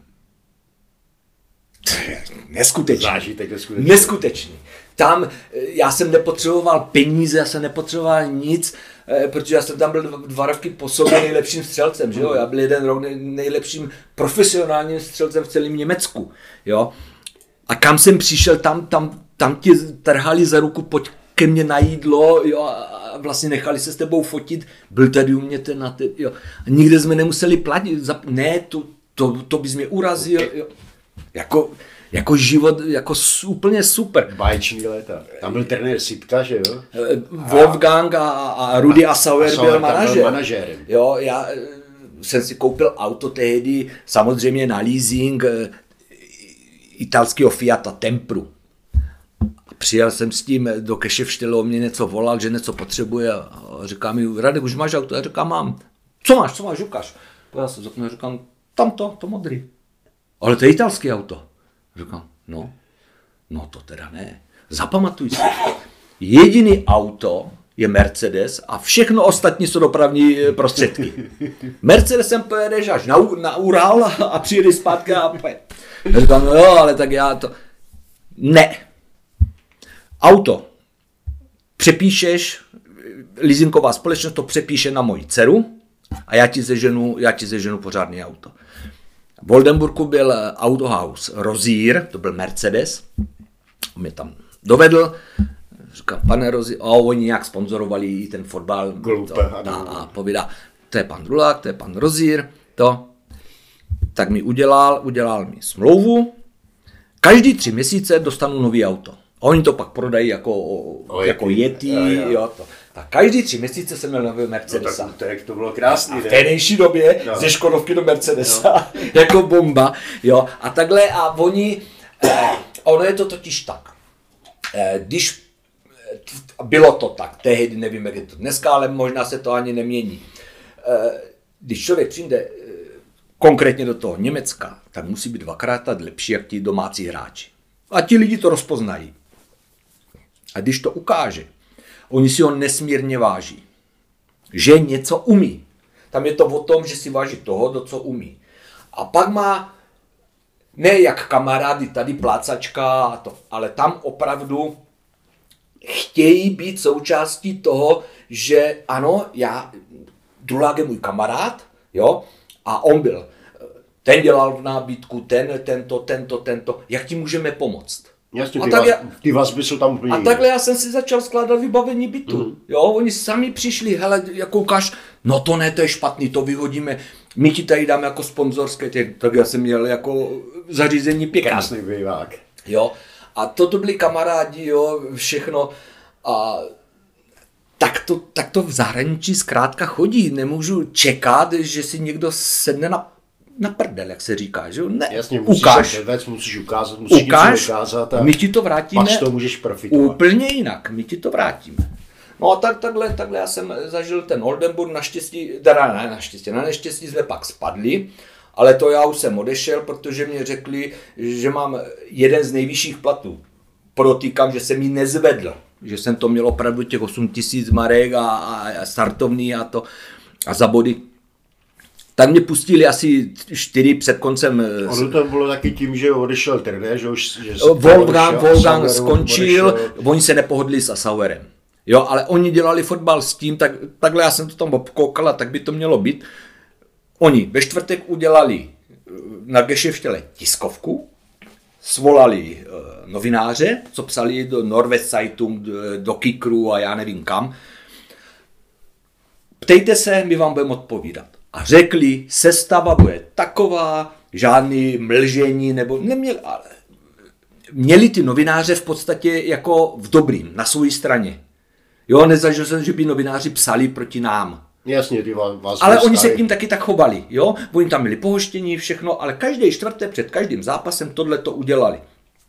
Neskutečný. Zážitek neskutečný. Neskutečný. Tam já jsem nepotřeboval peníze, já jsem nepotřeboval nic, protože já jsem tam byl dva roky po sobě nejlepším střelcem, že jo? Já byl jeden rok nejlepším profesionálním střelcem v celém Německu, jo? A kam jsem přišel, tam, tam, tam ti trhali za ruku, pojď ke mně na jídlo, jo? A vlastně nechali se s tebou fotit, byl tady u mě ten na ten, jo? A nikde jsme nemuseli platit, za, ne, to, to, to bys mě urazil, jo? Jako... Jako život, jako úplně super. Báječný léta. Tam byl trenér Sitka, že jo? Wolfgang a, a Rudy Assauer byl manažer. manažérem. Jo, já jsem si koupil auto tehdy, samozřejmě na leasing, italského Fiata Tempru. Přijel jsem s tím do Keševštelu, mě něco volal, že něco potřebuje a říká mi, Radek, už máš auto? Já říkám, mám. Co máš, co máš, ukáž. Já se z okna říkám, tamto, to modrý. Ale to je italské auto. Říkám, no, no to teda ne. Zapamatuj si. Jediný auto je Mercedes a všechno ostatní jsou dopravní prostředky. Mercedesem pojedeš až na, na Ural a přijedeš zpátky a pojede. Říkám, no jo, ale tak já to... Ne. Auto přepíšeš, leasingová společnost to přepíše na moji dceru a já ti seženu, já ti seženu pořádný auto. V Oldenburgu byl Autohaus Rosier, to byl Mercedes, mě tam dovedl, říkám, pane Rosier, a oni nějak sponzorovali ten fotbal Glupe, a, a povídá, to je pan Drulák, to je pan Rosier, to, tak mi udělal, udělal mi smlouvu, každý tři měsíce dostanu nový auto. A oni to pak prodají jako, o, jako Yeti, jo, jo. Jo, to. Tak každý tři měsíce jsem měl nový Mercedesa. No, tak, to bylo krásný. A v tehdejší době no. Ze Škodovky do Mercedesa, no. Jako bomba. Jo. A takhle, a oni, eh, ono je to totiž tak, eh, když, bylo to tak, tehdy nevím, jak je to dneska, ale možná se to ani nemění. Eh, když člověk přijde eh, konkrétně do toho Německa, tak musí být dvakrát tak lepší, jak ti domácí hráči. A ti lidi to rozpoznají. A když to ukáže, oni si ho nesmírně váží. Že něco umí. Tam je to o tom, že si váží toho, do co umí. A pak má, ne jak kamarády, tady plácačka a to, ale tam opravdu chtějí být součástí toho, že ano, já, Drulák je můj kamarád, jo, a on byl, ten dělal v nábytku, ten, tento, tento, tento, jak ti můžeme pomoct? Jasně, ty, vaz, já, ty vazby jsou tam úplně. A takhle já jsem si začal skládat vybavení bytu. Mm. Jo, oni sami přišli, hele, jako ukáž, no to ne, to je špatný, to vyhodíme, my ti tady dáme jako sponzorské, tak já jsem měl jako zařízení pěkný. Krásný bývák. Jo, a toto byli kamarádi, jo, všechno. A tak to, tak to v zahraničí zkrátka chodí. Nemůžu čekat, že si někdo sedne na na prdel, jak se říká, že jo? Ne, jasně, musíš ukáž. Vec, musíš ukázat, musíš ukáž, ukázat a my ti to vrátíme pak to můžeš profitovat. úplně jinak, my ti to vrátíme. No a tak, takhle, takhle já jsem zažil ten Oldenburg, naštěstí, teda ne, naštěstí, na neštěstí jsme pak spadli, ale to já už jsem odešel, protože mě řekli, že mám jeden z nejvyšších platů. Podotýkám, že jsem ji nezvedl, že jsem to měl opravdu těch osm tisíc marek a, a startovný a to a za body. Tak mě pustili asi čtyři před koncem. Ono to bylo taky tím, že odešel trenér, že už... Že Wolfgang, Wolfgang skončil, odešel. Oni se nepohodli s Assauerem. Jo, ale oni dělali fotbal s tím, tak, takhle já jsem to tam obkoukal, tak by to mělo být. Oni ve čtvrtek udělali na Gešefštele tiskovku, svolali uh, novináře, co psali do Norwest Zeitung, do Kikru a já nevím kam. Ptejte se, my vám budeme odpovídat. A řekli, sestava bude taková, žádný mlžení, nebo neměli, ale měli ty novináře v podstatě jako v dobrým, na své straně. Jo, nezažil jsem, že by novináři psali proti nám. Jasně, ty vás, vás ale oni se k ním taky tak chovali, jo. Oni tam měli pohoštění, všechno, ale každý čtvrtek před každým zápasem tohle to udělali.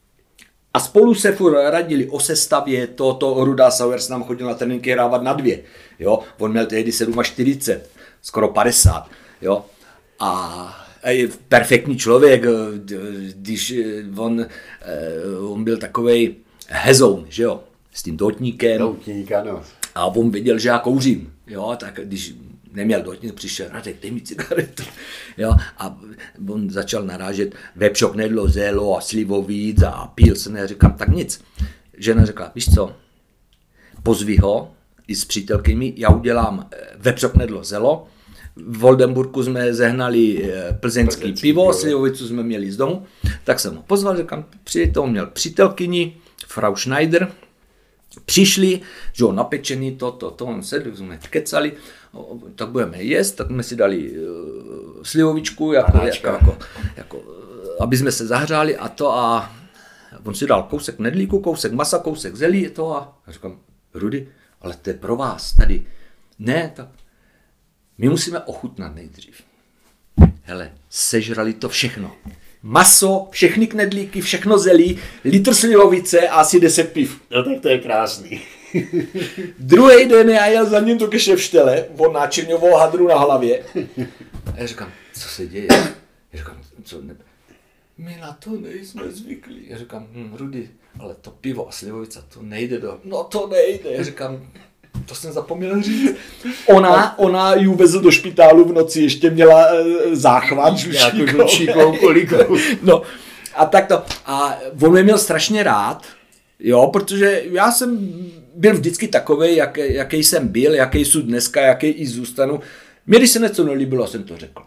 A spolu se furt radili o sestavě, to, to Ruda Sauer nám chodil na tréninky hrávat na dvě, jo. On měl tehdy čtyřicet sedm, skoro padesát, jo. A je perfektní člověk, když on, on byl takovej hezoun, že jo. S tím doutníkem. Doutník, ano. A on věděl, že já kouřím. Jo, tak když neměl doutník, přišel, Radek, dej mi cigaretu. Jo, a on začal narážet vepřok, nedlo, zelo a slivovíc a pilsner. Říkám, tak nic. Žena řekla, víš co, pozvi ho i s přítelkymi, já udělám vepřok, nedlo, zelo. V Oldenburgu jsme zehnali plzeňský, plzeňský pivo, pivo, slivovicu jsme měli z domu. Tak jsem ho pozval, říkám, přijďte, on měl přítelkyni, Frau Schneider. Přišli, že jo, napečený, to, to, to, on sedl, jsme kecali, tak budeme jíst, tak jsme si dali uh, slivovičku, jako, jako, jako, jako, aby jsme se zahřáli a to a on si dal kousek nedlíku, kousek masa, kousek zelí to a já říkám, Rudy, ale to je pro vás tady. Ne, tak my musíme ochutnat nejdřív. Hele, sežrali to všechno. Maso, všechny knedlíky, všechno zelí, litr slivovice a asi deset piv. No tak to je krásný. Druhý den já jel za ním do Gešefštele, on náčerňovou hadru na hlavě. A já říkám, co se děje? Já říkám, co ne... My na to nejsme zvyklí. Já říkám, hm, Rudy, ale to pivo a slivovice, to nejde do... No to nejde. Já říkám, to jsem zapomněl říct. Ona, ona ji vezl do špitálu v noci, ještě měla e, záchvat žlučíkou. No a tak to. A on mě měl strašně rád, jo, protože já jsem byl vždycky takovej, jak, jaký jsem byl, jaký jsem dneska, jaký i zůstanu. Mě, když se něco nelíbilo, jsem to řekl.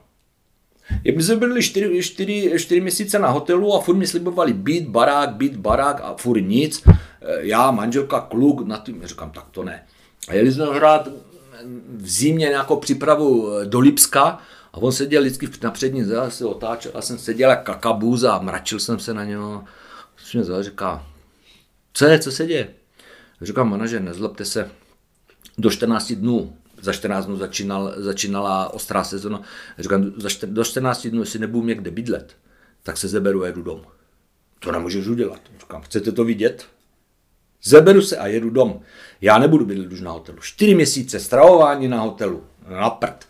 My jsme byli čtyři, čtyři, čtyři měsíce na hotelu a furt mi slibovali být barák, být barák a furt nic. Já, manželka, kluk, na tím říkám, tak to ne. A jeli jsme hrát v zimě nějakou přípravu do Lipska a on seděl vždycky na přední zde, se otáčel a jsem seděl jak kakabůz a mračil jsem se na něho. Mě zde říká, co je, co se děje? Říkám, manažer, nezlobte se, do čtrnácti dnů, za čtrnáct dnů začínal, začínala ostrá sezona, říkám, za čtrnáct, do čtrnácti dnů, jestli nebudu mě kde bydlet, tak se zeberu a jedu dom. To nemůžeš udělat. Říkám, chcete to vidět? Zeberu se a jedu dom. Já nebudu bydlet už na hotelu. Čtyři měsíce stravování na hotelu. Na prd.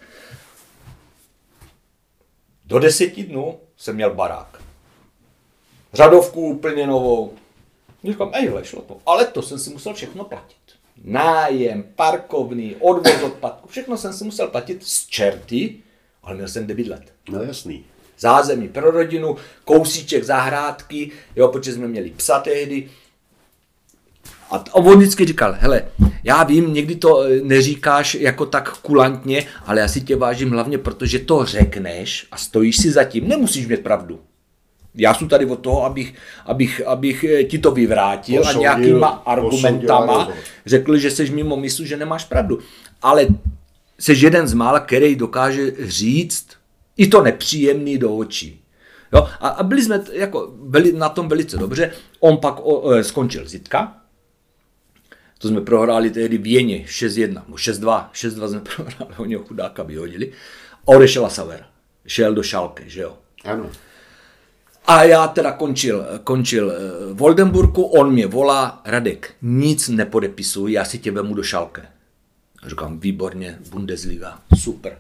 Do deseti dnů jsem měl barák. Řadovku úplně novou. Říkám, ejhle, šlo to. Ale to jsem si musel všechno platit. Nájem, parkovný, odvoz odpadku. Všechno jsem si musel platit z čerty, ale měl jsem kde bydlet. No jasný. Zázemí pro rodinu, kousíček zahrádky, jo, protože jsme měli psa tehdy. A on vždycky říkal, hele, já vím, někdy to neříkáš jako tak kulantně, ale já si tě vážím hlavně, protože to řekneš a stojíš si za tím. Nemusíš mít pravdu. Já jsem tady od toho, abych, abych, abych ti to vyvrátil posoudil, a nějakýma argumentama řekl, že jsi mimo myslu, že nemáš pravdu. Ale jsi jeden z mála, který dokáže říct i to nepříjemný do očí. Jo? A, a byli jsme jako, byli na tom velice dobře. On pak o, o, skončil Zitka. To jsme prohráli tehdy v Jeně šest jedna, šest dva, šest dva jsme prohráli, oni ho chudáka vyhodili. A odešel Assauer. šel do Schalke, že jo. Ano. A já teda končil, končil v Oldenburgu, on mě volá, Radek, nic nepodepisuj, já si tě vemu do Schalke. A říkám, výborně, Bundesliga, super.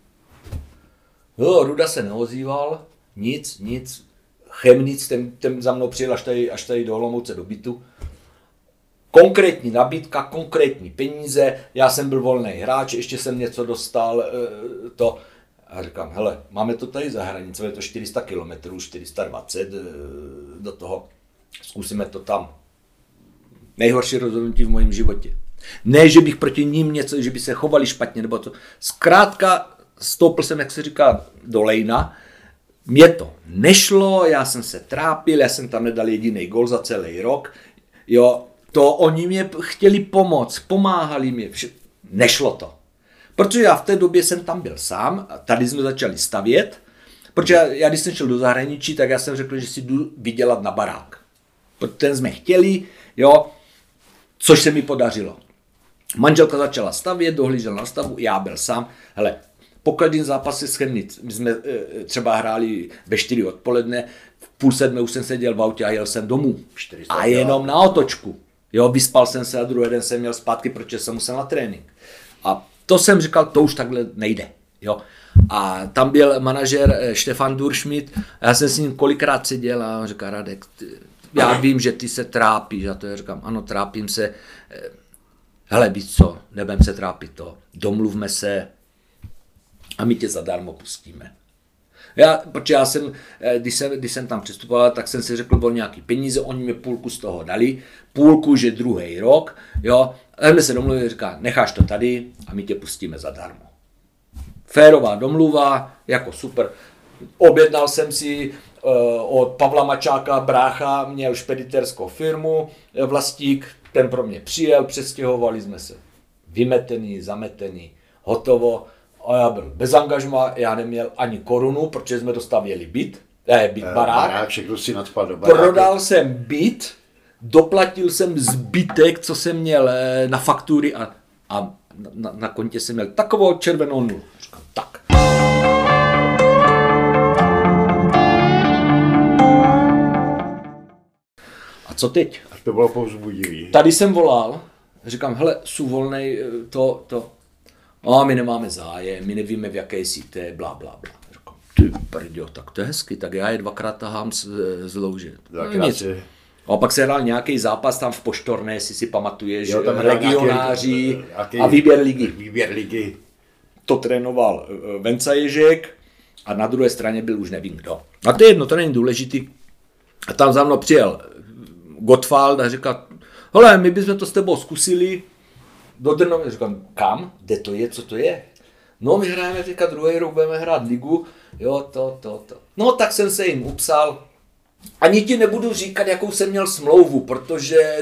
Jo, Ruda se neozýval, nic, nic. Chemnitz, ten, ten za mnou přijel až tady, až tady do Olomouce do bytu. Konkrétní nabídka, konkrétní peníze, já jsem byl volný hráč, ještě jsem něco dostal, to. A říkám, hele, máme to tady za hranicou, je to čtyři sta kilometrů, čtyři sta dvacet do toho, zkusíme to tam. Nejhorší rozhodnutí v mém životě. Ne, že bych proti ním něco, že by se chovali špatně, nebo to. Zkrátka, stoupil jsem, jak se říká, do lejna, mě to nešlo, já jsem se trápil, já jsem tam nedal jediný gol za celý rok, jo, to oni mě chtěli pomoct, pomáhali mě, vše, nešlo to. Protože já v té době jsem tam byl sám, a tady jsme začali stavět, protože já, já když jsem šel do zahraničí, tak já jsem řekl, že si jdu vydělat na barák. Ten jsme chtěli, jo, což se mi podařilo. Manželka začala stavět, dohlížel na stavu, já byl sám, hele, po každém zápase s Chemnitz, my jsme e, třeba hráli ve čtyři odpoledne, v půl sedmé už jsem seděl v autě a jel jsem domů. A jenom na otočku. Jo, vyspal jsem se a druhý den jsem měl zpátky, protože jsem musel na trénink. A to jsem říkal, to už takhle nejde. Jo. A tam byl manažer Stefan Durschmidt, a já jsem s ním kolikrát seděl a on říká, Radek, ty, já vím, že ty se trápíš, a to já říkám, ano, trápím se, hele, víš co, nebudem se trápit to, domluvme se a my tě zadarmo pustíme. Já, protože já jsem, když jsem, když jsem tam přistupoval, tak jsem si řekl, byl nějaký peníze, oni mi půlku z toho dali, půlku, že druhý rok, jo, a jsme se domluvili, říká, necháš to tady a my tě pustíme zadarmo. Férová domluva, jako super. Objednal jsem si uh, od Pavla Mačáka, brácha, měl špediterskou firmu, vlastník, ten pro mě přijel, přestěhovali jsme se. Vymetený, zametený, hotovo. A já byl bez angažma, já neměl ani korunu, protože jsme dostavěli byt, eh, byt, barák. Barák, všechno si nadspal do baráku. Prodal jsem byt, doplatil jsem zbytek, co jsem měl na faktury a, a na, na kontě jsem měl takovou červenou nulu. Říkám, tak. A co teď? A to bylo povzbudivý. Tady jsem volal, říkám, hele, jsou volnej, to, to. A my nemáme zájem, my nevíme, v jaké síte, blá, blá, blá. Říkám, ty brďo, tak to je hezky, tak já je dvakrát tahám z, z louže. No, si... A pak se hrál nějaký zápas tam v Poštorné, jestli si pamatuješ, jo, tam regionáři nějaký, nějaký a výběr ligy. Výběr ligy. To trénoval Venca Ježek a na druhé straně byl už nevím kdo. A to je jedno, to není důležitý. A tam za mnou přijel Gottwald a říkal, hele, my bychom to s tebou zkusili, do Drnovy, říkám, kam? Kde to je? Co to je? No, my hrajeme teďka druhý rok, budeme hrát ligu, jo, to, to, to. No, tak jsem se jim upsal. Ani ti nebudu říkat, jakou jsem měl smlouvu, protože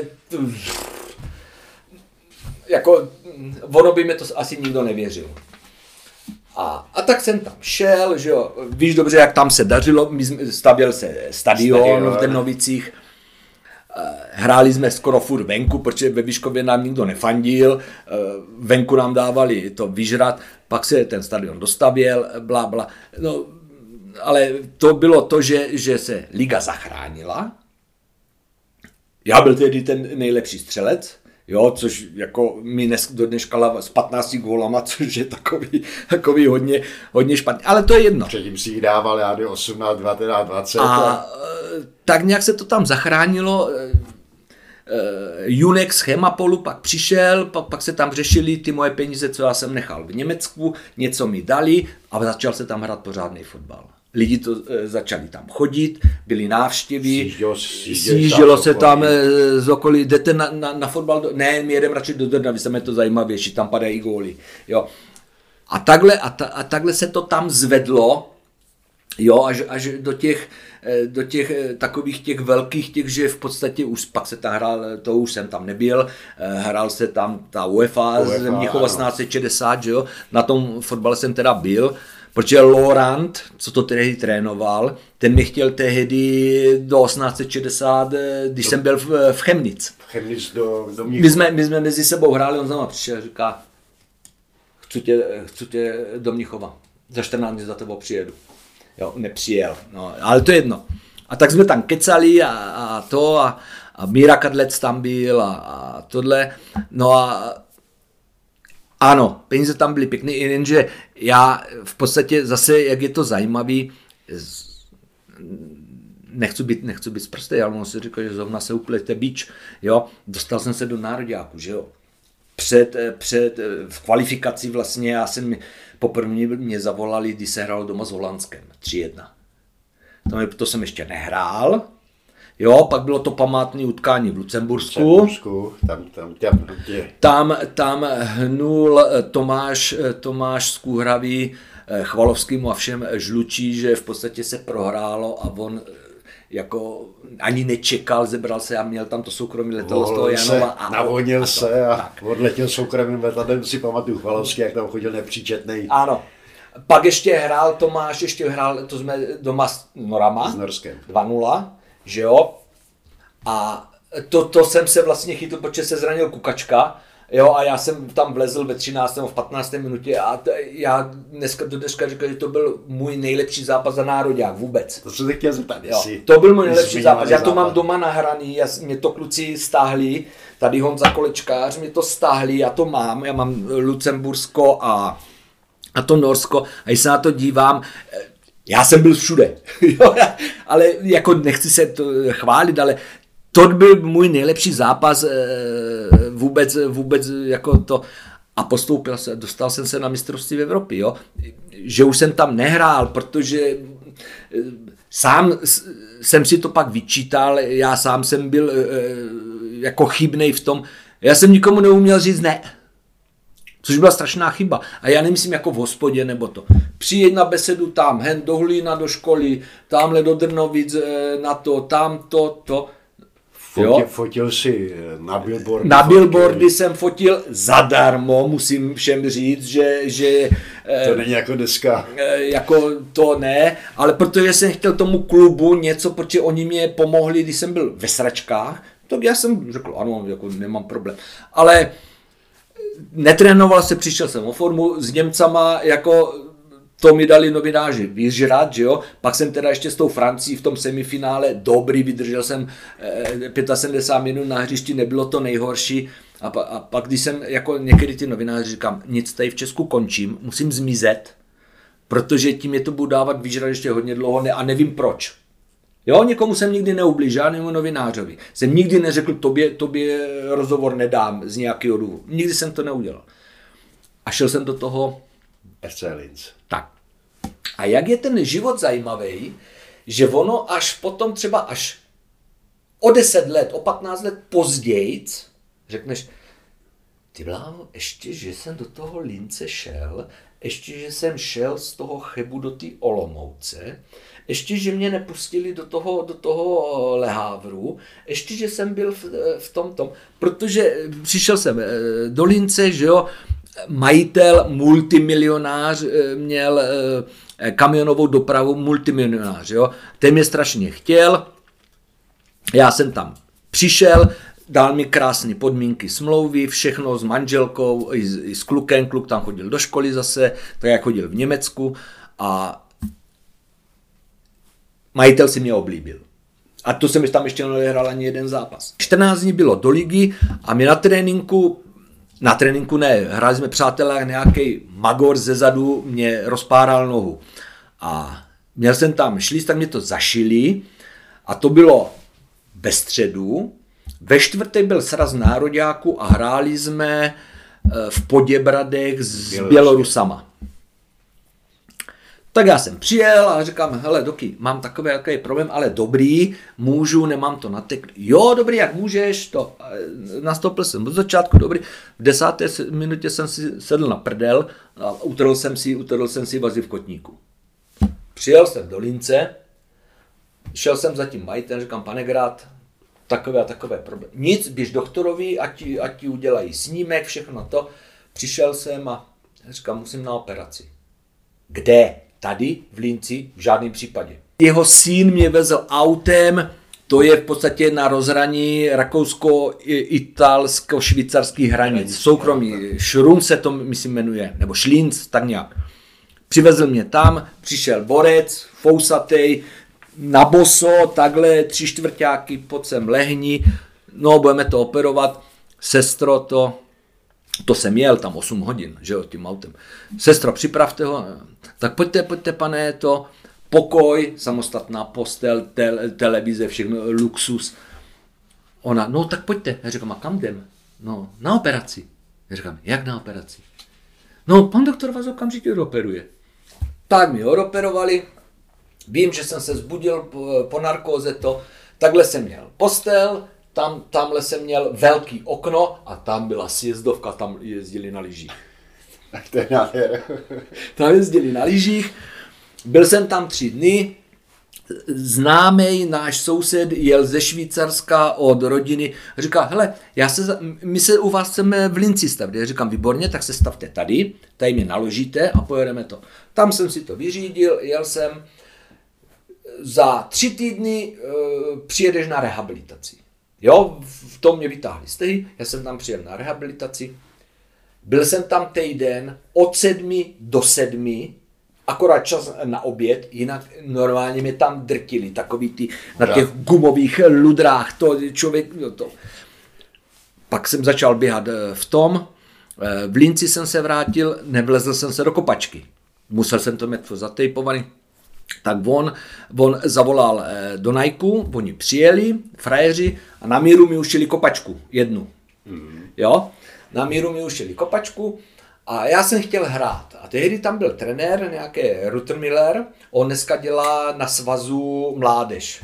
jako, ono by mi to asi nikdo nevěřil. A, a tak jsem tam šel, že jo, víš dobře, jak tam se dařilo, stavěl se stadion, stadion. v Drnovicích. Hráli jsme skoro furt venku, protože ve Vyškově nám nikdo nefandil, venku nám dávali to vyžrat, pak se ten stadion dostavěl, blá, blá. No, ale to bylo to, že, že se liga zachránila. Já byl tedy ten nejlepší střelec, jo, což jako mi dnes, do dneška s patnácti gólama, což je takový, takový hodně, hodně špatný. Ale to je jedno. Předtím si jich dával, já jdu osmnáct, dvanáct, dvacet. A tak nějak se to tam zachránilo. Junek z Chemapolu pak přišel, pak, pak se tam řešili ty moje peníze, co já jsem nechal v Německu, něco mi dali a začal se tam hrát pořádný fotbal. Lidi to e, začali tam chodit, byly návštěvy, sjíždělo se tam e, z okolí, jdete na, na, na fotbal, do, ne, my jedeme radši do Drnavy, tam je to zajímavější, tam padají góly. Jo. A, takhle, a, ta, a takhle se to tam zvedlo, jo, až, až do těch, do těch takových těch velkých těch, že v podstatě už pak se tam hrál, to už jsem tam nebyl, hrál se tam ta UEFA, UEFA z Mnichova osmnáct set šedesát, že jo, na tom fotbale jsem teda byl, protože Laurent, co to tehdy trénoval, ten mě chtěl tehdy do osmnáct set šedesát, když to, jsem byl v, v Chemnitz. V Chemnitz do, do my, jsme, my jsme mezi sebou hráli, on za mnou přišel a říká, chci tě, chci tě do Mnichova, za čtrnáct dní za tebou přijedu. Jo, nepřijel, no, ale to je jedno. A tak jsme tam kecali a, a to a, a Míra Kadlec tam byl a, a tohle. No a ano, peníze tam byly pěkný, jenže já v podstatě zase, jak je to zajímavý, nechci být, nechci být zprostý, ale on si říkal, že zrovna se uplete bič, jo, dostal jsem se do nároďáku, že jo. Před, před, v kvalifikaci vlastně, já jsem, poprvé mě zavolali, když se hrálo doma s Holandskem, tři jedna. To, to jsem ještě nehrál, jo, pak bylo to památné utkání v Lucembursku. Lucembursku tam, tam, tam, tam, tam hnul Tomáš, Tomáš Skůhravý Chvalovskýmu a všem žlučí, že v podstatě se prohrálo a on jako ani nečekal, zebral se a měl tam to soukromý letadlo z toho Janova. A navodnil a to, se a tak. odletěl soukromým letadlem, si pamatuju Chvalovský, jak tam chodil nepříčetnej. Ano. Pak ještě hrál Tomáš, ještě hrál, to jsme doma s Norama. S Norskem. dva nula, že jo. A to, to jsem se vlastně chytl, protože se zranil Kukačka. Jo, a já jsem tam vlezl ve třinácté v patnácté minutě a t- já dneska do dneska říkal, že to byl můj nejlepší zápas za nároďák vůbec. To jsem se chtěl zeptat, jestli... To byl můj nejlepší zápas, já to zápas. mám doma nahraný, já, mě to kluci stáhli, tady Honza Kolečkář mě to stáhli, já to mám, já mám Lucembursko a, a to Norsko a když se na to dívám, já jsem byl všude, jo, ale jako nechci se to chválit, ale to byl můj nejlepší zápas vůbec, vůbec jako to a postoupil se, dostal jsem se na mistrovství Evropy, jo, že už jsem tam nehrál, protože sám jsem si to pak vyčítal, já sám jsem byl jako chybnej v tom, já jsem nikomu neuměl říct ne, což byla strašná chyba a já nemyslím jako v hospodě nebo to. Přijeď na besedu tam, hen do Hlína do školy, tamhle do Drnovic na to, tam to, to. Fotil, fotil si na billboardy. Na billboardy fotky. Jsem fotil zadarmo, musím všem říct, že... že to není jako dneska. Jako to ne, ale protože jsem chtěl tomu klubu něco, protože oni mě pomohli, když jsem byl ve sračkách, tak já jsem řekl, ano, jako nemám problém. Ale netrénoval se, přišel jsem o formu s Němcama, jako... To mi dali novináři vyžrat, že jo, pak jsem teda ještě s tou Francií v tom semifinále dobrý, vydržel jsem sedmdesát pět minut na hřišti, nebylo to nejhorší a, pa, a pak když jsem jako někdy ty novináři říkám, nic tady v Česku končím, musím zmizet, protože tím je to budu dávat vyžrat ještě hodně dlouho ne, a nevím proč. Jo, někomu jsem nikdy neublížil, žádnému novinářovi. Jsem nikdy neřekl, tobě, tobě rozhovor nedám z nějakého důvodu. Nikdy jsem to neudělal. A šel jsem do toho F C Linz. Tak. A jak je ten život zajímavý, že ono až potom třeba až o deset let, o patnáct let později řekneš, ty bláho, ještě, že jsem do toho Lince šel, ještě, že jsem šel z toho Chebu do té Olomouce, ještě, že mě nepustili do toho, do toho Le Havru, ještě, že jsem byl v, v tom tom, protože přišel jsem do Lince, že jo, majitel, multimilionář, měl kamionovou dopravu, multimilionář, jo. Ten mě strašně chtěl, já jsem tam přišel, dal mi krásné podmínky smlouvy, všechno s manželkou, i s, i s klukem, kluk tam chodil do školy zase, tak jak chodil v Německu a majitel si mě oblíbil. A to jsem tam ještě nehrál ani jeden zápas. čtrnáct dní bylo do ligy a my na tréninku Na tréninku ne, hráli jsme přátelé, nějaký magor zezadu mě rozpáral nohu. A měl jsem tam šlíz, tak mě to zašili a to bylo ve středu. Ve čtvrtek byl sraz nároďáku a hráli jsme v Poděbradech s Bělorusky. Bělorusama. Tak já jsem přijel a říkám, hele Doky, mám takový jaký problém, ale dobrý, můžu, nemám to natek. Jo, dobrý, jak můžeš, to nastoupil jsem od začátku, dobrý. V desáté minutě jsem si sedl na prdel a utrhl jsem si, utrhl jsem si vazy v kotníku. Přijel jsem do Lince, šel jsem za tím majitelem, říkám, pane Grát, takové a takové problémy. Nic, běž doktorovi, ať ti, ať ti udělají snímek, všechno to. Přišel jsem a říkám, musím na operaci. Kde? Tady v Linci v žádném případě. Jeho syn mě vezl autem, to je v podstatě na rozhraní rakousko-italsko-švýcarských hranic. Soukromí, Šrun se to myslím jmenuje, nebo Šlínc, tak nějak. Přivezl mě tam, přišel borec, fousatej, na boso, takhle, tři čtvrťáky, pojď sem lehni, no budeme to operovat, sestro to, to jsem jel tam osm hodin, že jo, tím autem. Sestro, připravte ho, tak pojďte, pojďte, pane, to, pokoj, samostatná postel, tel, televize, všechno, luxus. Ona, no tak pojďte. Já říkám, a kam jdem? No, na operaci. Já říkám, jak na operaci? No, pan doktor vás okamžitě odoperuje. Tak mi odoperovali, vím, že jsem se zbudil po, po narkóze to, takhle jsem měl postel, tam, tamhle jsem měl velký okno a tam byla sjezdovka, tam jezdili na lyžích. Tak to je nádher. Tam jezdili na lyžích, byl jsem tam tři dny, známý náš soused jel ze Švýcarska od rodiny, říká, hele, já se, my se u vás chceme v Linci stavit. Já říkám, výborně, tak se stavte tady, tady mě naložíte a pojedeme to. Tam jsem si to vyřídil, jel jsem, za tři týdny e, přijedeš na rehabilitaci. Jo, v tom mě vytáhli stehy, já jsem tam přijel na rehabilitaci, byl jsem tam týden od sedmi do sedmi, akorát čas na oběd, jinak normálně mě tam drtili, takový ty na těch gumových ludrách, to člověk, no to. Pak jsem začal běhat v tom, v Linci jsem se vrátil, nevlezl jsem se do kopačky, musel jsem to mít zatejpovaný, tak on, on zavolal do Nike, oni přijeli, frajeři, a na míru mi ušili kopačku, jednu, mm. jo, na míru mi ušili kopačku, a já jsem chtěl hrát. A tehdy tam byl trenér, nějaký Ruttermiller, on dneska dělá na svazu mládež.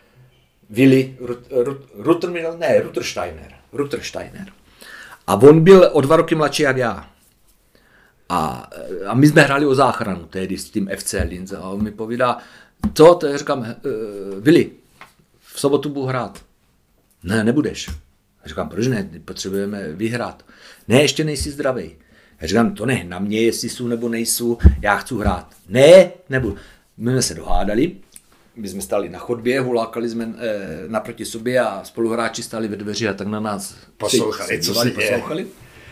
Willi Rut, Rut, Ruttermiller, ne, Ruttersteiner. Ruttersteiner. A on byl o dva roky mladší jak já. A, a my jsme hráli o záchranu tehdy s tím F C Linz. A on mi povídá, co, to já říkám, uh, Willi, v sobotu budu hrát. Ne, nebudeš. Já říkám, proč ne, potřebujeme vyhrát. Ne, ještě nejsi zdravý. Já říkám, to ne, na mě, jestli jsou nebo nejsou, já chci hrát. Ne, nebudu. My jsme se dohádali, my jsme stáli na chodbě, hulákali jsme eh, naproti sobě a spoluhráči stáli ve dveři a tak na nás poslouchali, co si poslouchali.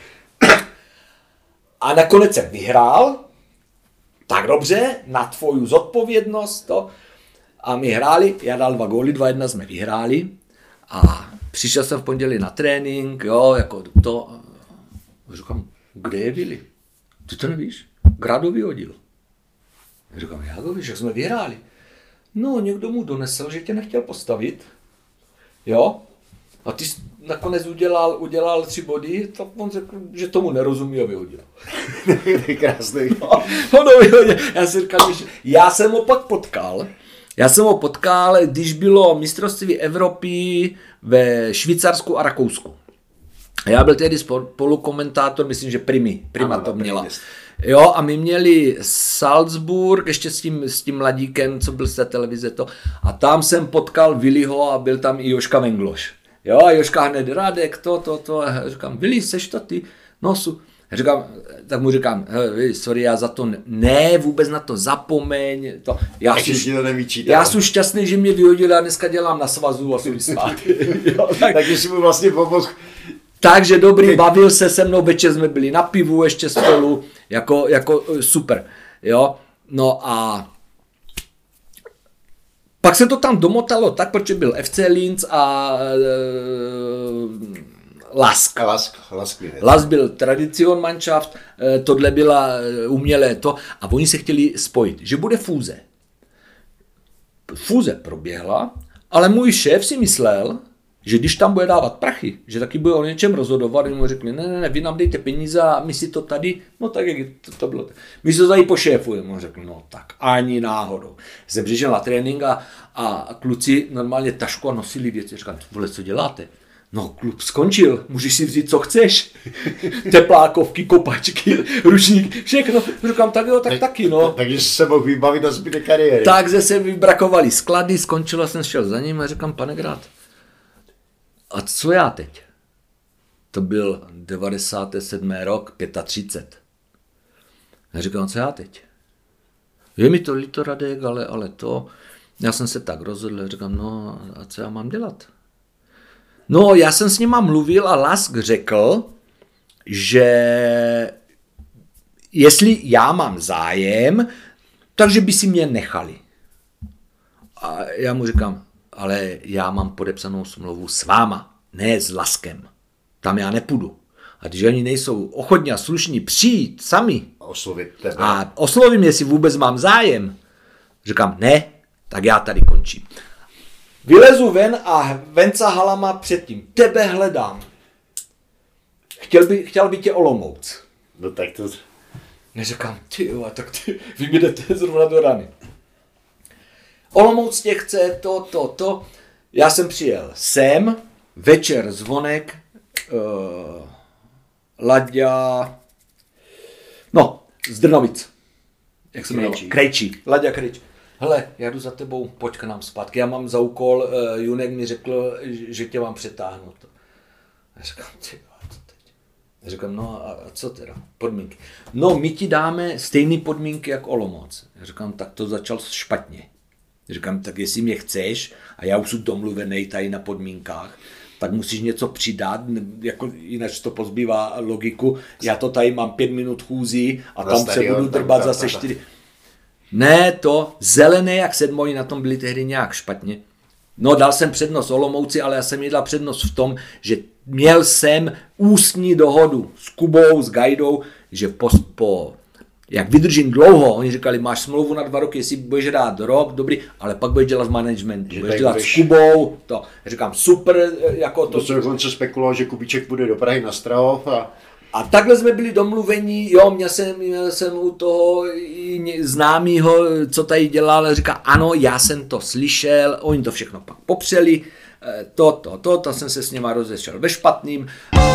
A nakonec jsem vyhrál, tak dobře, na tvoju zodpovědnost to. A my hráli, já dal dva góly, dva jedna jsme vyhráli a přišel jsem v pondělí na trénink, jo, jako to, a říkám, kde je Willi? Ty to nevíš? Grado vyhodil. Já říkám, jak ho víš, jak jsme vyhráli? No, někdo mu donesl, že tě nechtěl postavit. Jo? A ty jsi nakonec udělal, udělal tři body, tak on řekl, že tomu nerozumí a vyhodil. To je krásný. No, ono vyhodil. Já si říkal, že já jsem ho pak potkal. Já jsem ho potkal, když bylo mistrovství Evropy ve Švýcarsku a Rakousku. Já byl tehdy spolukomentátor, myslím, že Primi, Prima to měla. Jo, a my měli Salzburg, ještě s tím, s tím mladíkem, co byl z té televize to, a tam jsem potkal Williho a byl tam i Joška Vengloš. Jo, a Joška hned, Radek, to, to, to, a já říkám, Willi, seš to ty? No, su. Já říkám, tak mu říkám, sorry, já za to ne, ne vůbec na to zapomeň. To, já jsem já jsem šťastný, že mě vyhodili a dneska dělám na svazu a jsem vysmát. tak, takže si mu vlastně pomohl. Takže dobrý, bavil se se mnou, večer jsme byli na pivu ještě spolu, jako, jako super, jo, no a pak se to tam domotalo tak, protože byl F C Linz a e, Lask. Lask, Lask, Lask byl Traditionmannschaft, e, tohle byla umělé to a oni se chtěli spojit, že bude fúze. Fúze proběhla, ale můj šéf si myslel, že když tam bude dávat prachy, že taky bude o něčem rozhodovat, mu řekli, ne, ne, ne, vy nám dejte peníze a my si to tady, no tak jak to, to bylo. My si to tady pošéfujeme, on řekl, no tak ani náhodou. Jsem přišel na trénink a, a kluci normálně tašku a nosili věci, říkám, vole, co děláte? No, klub skončil, můžeš si vzít, co chceš. Teplákovky, kopačky, ručník, všechno. Říkám, tak jo, tak, tak taky, no. Takže se mohl vybavit na zbytek kariéry. Takže se vybrakovali sklady, skončilo, jsem šel za ním a říkám, pane Grát, a co já teď? To byl devadesátý sedmý rok, třicet pět. Já říkám, co já teď? Je mi to líto, Radek, ale, ale to... Já jsem se tak rozhodl, říkám, no a co já mám dělat? No, já jsem s nima mluvil a Lask řekl, že jestli já mám zájem, takže by si mě nechali. A já mu říkám, ale já mám podepsanou smlouvu s váma, ne s Laskem. Tam já nepůjdu. A když oni nejsou ochotní a slušní přijít sami oslovit tebe. A oslovím, jestli vůbec mám zájem, říkám, ne, tak já tady končím. Vylezu ven a Venca Halama předtím, tebe hledám. Chtěl by, chtěl by tě Olomouc. No tak to... Neříkám, ty jo, tak ty, vy mi jdete zrovna do rany. Olomouc tě chce to, to, to. Já jsem přijel sem, večer zvonek, uh, Laďa, no, z Drnovic. Jak se jmenoval? Krejčí. Laďa Krejčí. Hele, já jdu za tebou, pojď k nám zpátky. Já mám za úkol, uh, Junek mi řekl, že tě mám přetáhnout. Já říkám, ty, a co teď? Já říkám, no a, a co teda? Podmínky. No, my ti dáme stejné podmínky jak Olomouc. Já říkám, tak to začal špatně. Já říkám, tak jestli mě chceš, a já už jsem domluvený tady na podmínkách, tak musíš něco přidat, jako jinak to pozbývá logiku. Já to tady mám pět minut chůzí a tam stadion, se budu drbat tam, zase čtyři. Ne, to zelené jak sedmoji na tom byli tehdy nějak špatně. No, dal jsem přednost Olomouci, ale já jsem jí dal přednost v tom, že měl jsem ústní dohodu s Kubou, s Gajdou, že po, po jak vydržím dlouho, oni říkali, máš smlouvu na dva roky, jestli budeš hrát rok, dobrý, ale pak budeš dělat v managementu, budeš dělat budeš... s Kubou, to. Já říkám, super, jako to. To se dokonce spekuloval, že Kubíček bude do Prahy na Strahov a... A takhle jsme byli domluveni, jo, měl jsem, měl jsem u toho známýho, co tady dělal, říká, ano, já jsem to slyšel, oni to všechno pak popřeli, to, to, to, to jsem se s něma rozešel ve špatným.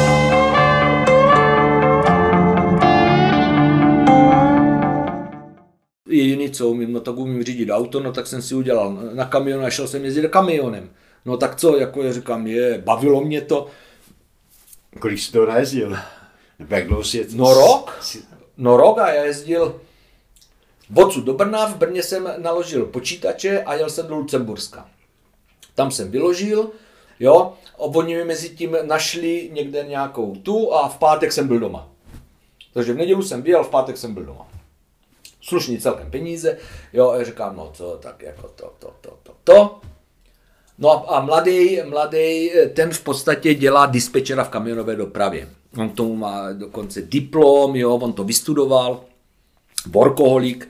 Jediný, co umím, no tak umím řídit auto, no tak jsem si udělal na kamion a šel jsem jezdit kamionem. No tak co, jako já říkám, je, bavilo mě to. Kolik jsi to najezdil? Nebo jak dlouho jsi jet? No rok, no rok a já jezdil odsud do Brna, v Brně jsem naložil počítače a jel jsem do Lucemburska. Tam jsem vyložil, jo, oni mi mezi tím našli někde nějakou tu a v pátek jsem byl doma. Takže v nedělu jsem vyjel, v pátek jsem byl doma. Slušný celkem peníze, jo, a říkám, no co, tak jako to, to, to, to, to. No a, a mladý, mladý, ten v podstatě dělá dispečera v kamionové dopravě. On tomu má dokonce diplom, jo, on to vystudoval, workoholik.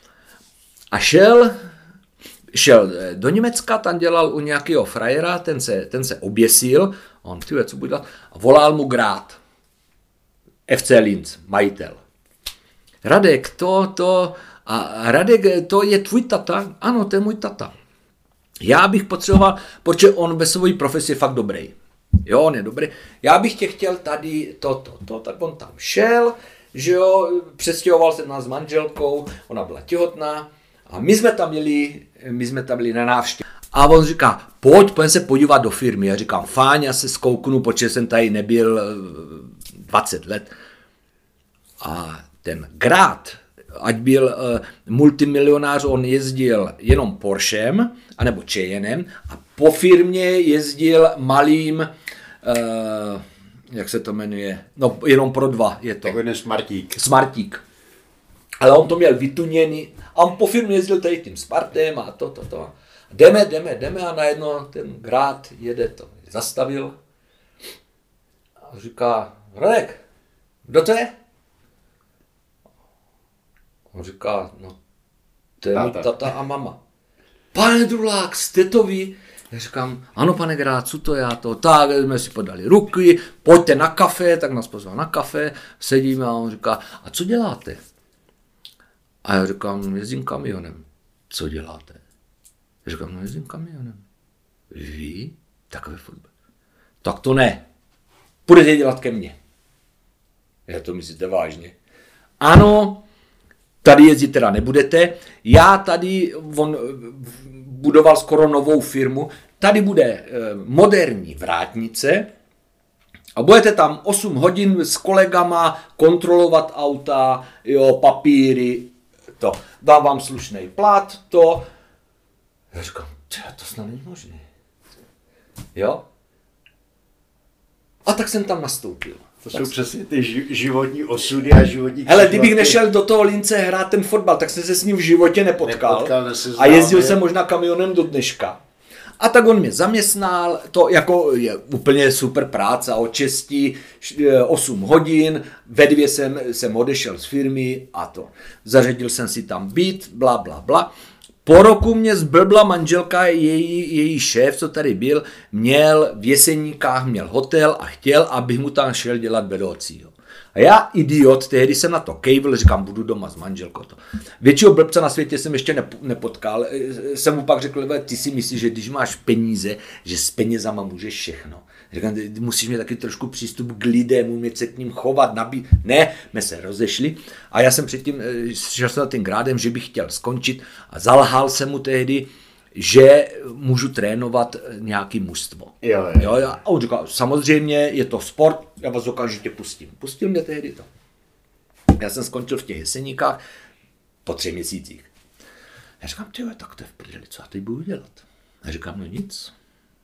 A šel, šel do Německa, tam dělal u nějakého frajera, ten se, ten se oběsil, on, tyhle, co bude dělat, a volal mu Grát, F C Linz, majitel. Radek, to, to, a Radek, to je tvůj tata? Ano, to je můj tata. Já bych potřeboval, protože on ve své profesi je fakt dobrý. Jo, on je dobrý. Já bych tě chtěl tady to, to, to, tak on tam šel, že jo, přestěhoval se nás s manželkou, ona byla těhotná a my jsme tam byli, my jsme tam byli na návštěvě. A on říká, pojď, pojď se podívat do firmy. Já říkám, fajn, já se zkouknu, protože jsem tady nebyl dvacet let. A ten Grát, ať byl uh, multimilionář, on jezdil jenom Porschem, anebo Cheyennem a po firmě jezdil malým, uh, jak se to jmenuje, no jenom pro dva je to. Takový Smartík. Smartík. Ale on to měl vytuněný a on po firmě jezdil tady tím Smartem a to, to, to. Jdeme, jdeme, jdeme a najednou ten Grát jede to. Zastavil a říká, Radek, kdo to je? On říká, no, to je můj tata a mama. Pane Drulák, jste to vy? Já říkám, ano, pane Grát, co to já to? Tak jsme si podali ruky, pojďte na kafe, tak nás pozval na kafe, sedíme a on říká, a co děláte? A já říkám, jezdím kamionem. Co děláte? Já říkám, no jezdím kamionem. Vy? Takové fotbal. Tak to ne. Půjdete dělat ke mně. Já to myslíte vážně? Ano, tady jezdit teda nebudete. Já tady, on budoval skoro novou firmu, tady bude moderní vrátnice a budete tam osm hodin s kolegama kontrolovat auta, jo, papíry, to. Dám vám slušný plat, to. Já říkám, to snad není možné. Jo? A tak jsem tam nastoupil. To jsou přesně ty životní osudy a životní... Hele, kdybych nešel do toho Lince hrát ten fotbal, tak jsem se s ním v životě nepotkal. nepotkal a jezdil jsem možná kamionem do dneška. A tak on mě zaměstnal, to jako je úplně super práce, od šesti osm hodin, ve dvě jsem, jsem odešel z firmy a to. Zařadil jsem si tam byt, bla, bla, bla. Po roku mě zblbla manželka, její, její šéf, co tady byl, měl v Jeseníkách, měl hotel a chtěl, abych mu tam šel dělat vedoucího. A já, idiot, tehdy jsem na to kejvil, říkám, budu doma s manželkou. To. Většího blbce na světě jsem ještě nepotkal. Jsem mu pak řekl, ty si myslíš, že když máš peníze, že s penězama můžeš všechno. Říkám, musíš mít taky trošku přístup k lidem, umět se k ním chovat, nabít. Ne, my se rozešli. A já jsem předtím šel jsem za tím grádem, že bych chtěl skončit a zalhal jsem mu tehdy, že můžu trénovat nějaký mužstvo. Jo, jo. Jo, a on říkal, samozřejmě je to sport, já vás okamžitě pustím. Pustil mě tehdy to. Já jsem skončil v těch Jeseníkách po třech měsících. Já říkám, tyjo, tak to je v prdeli, co já teď budu dělat? Já říkám, no nic.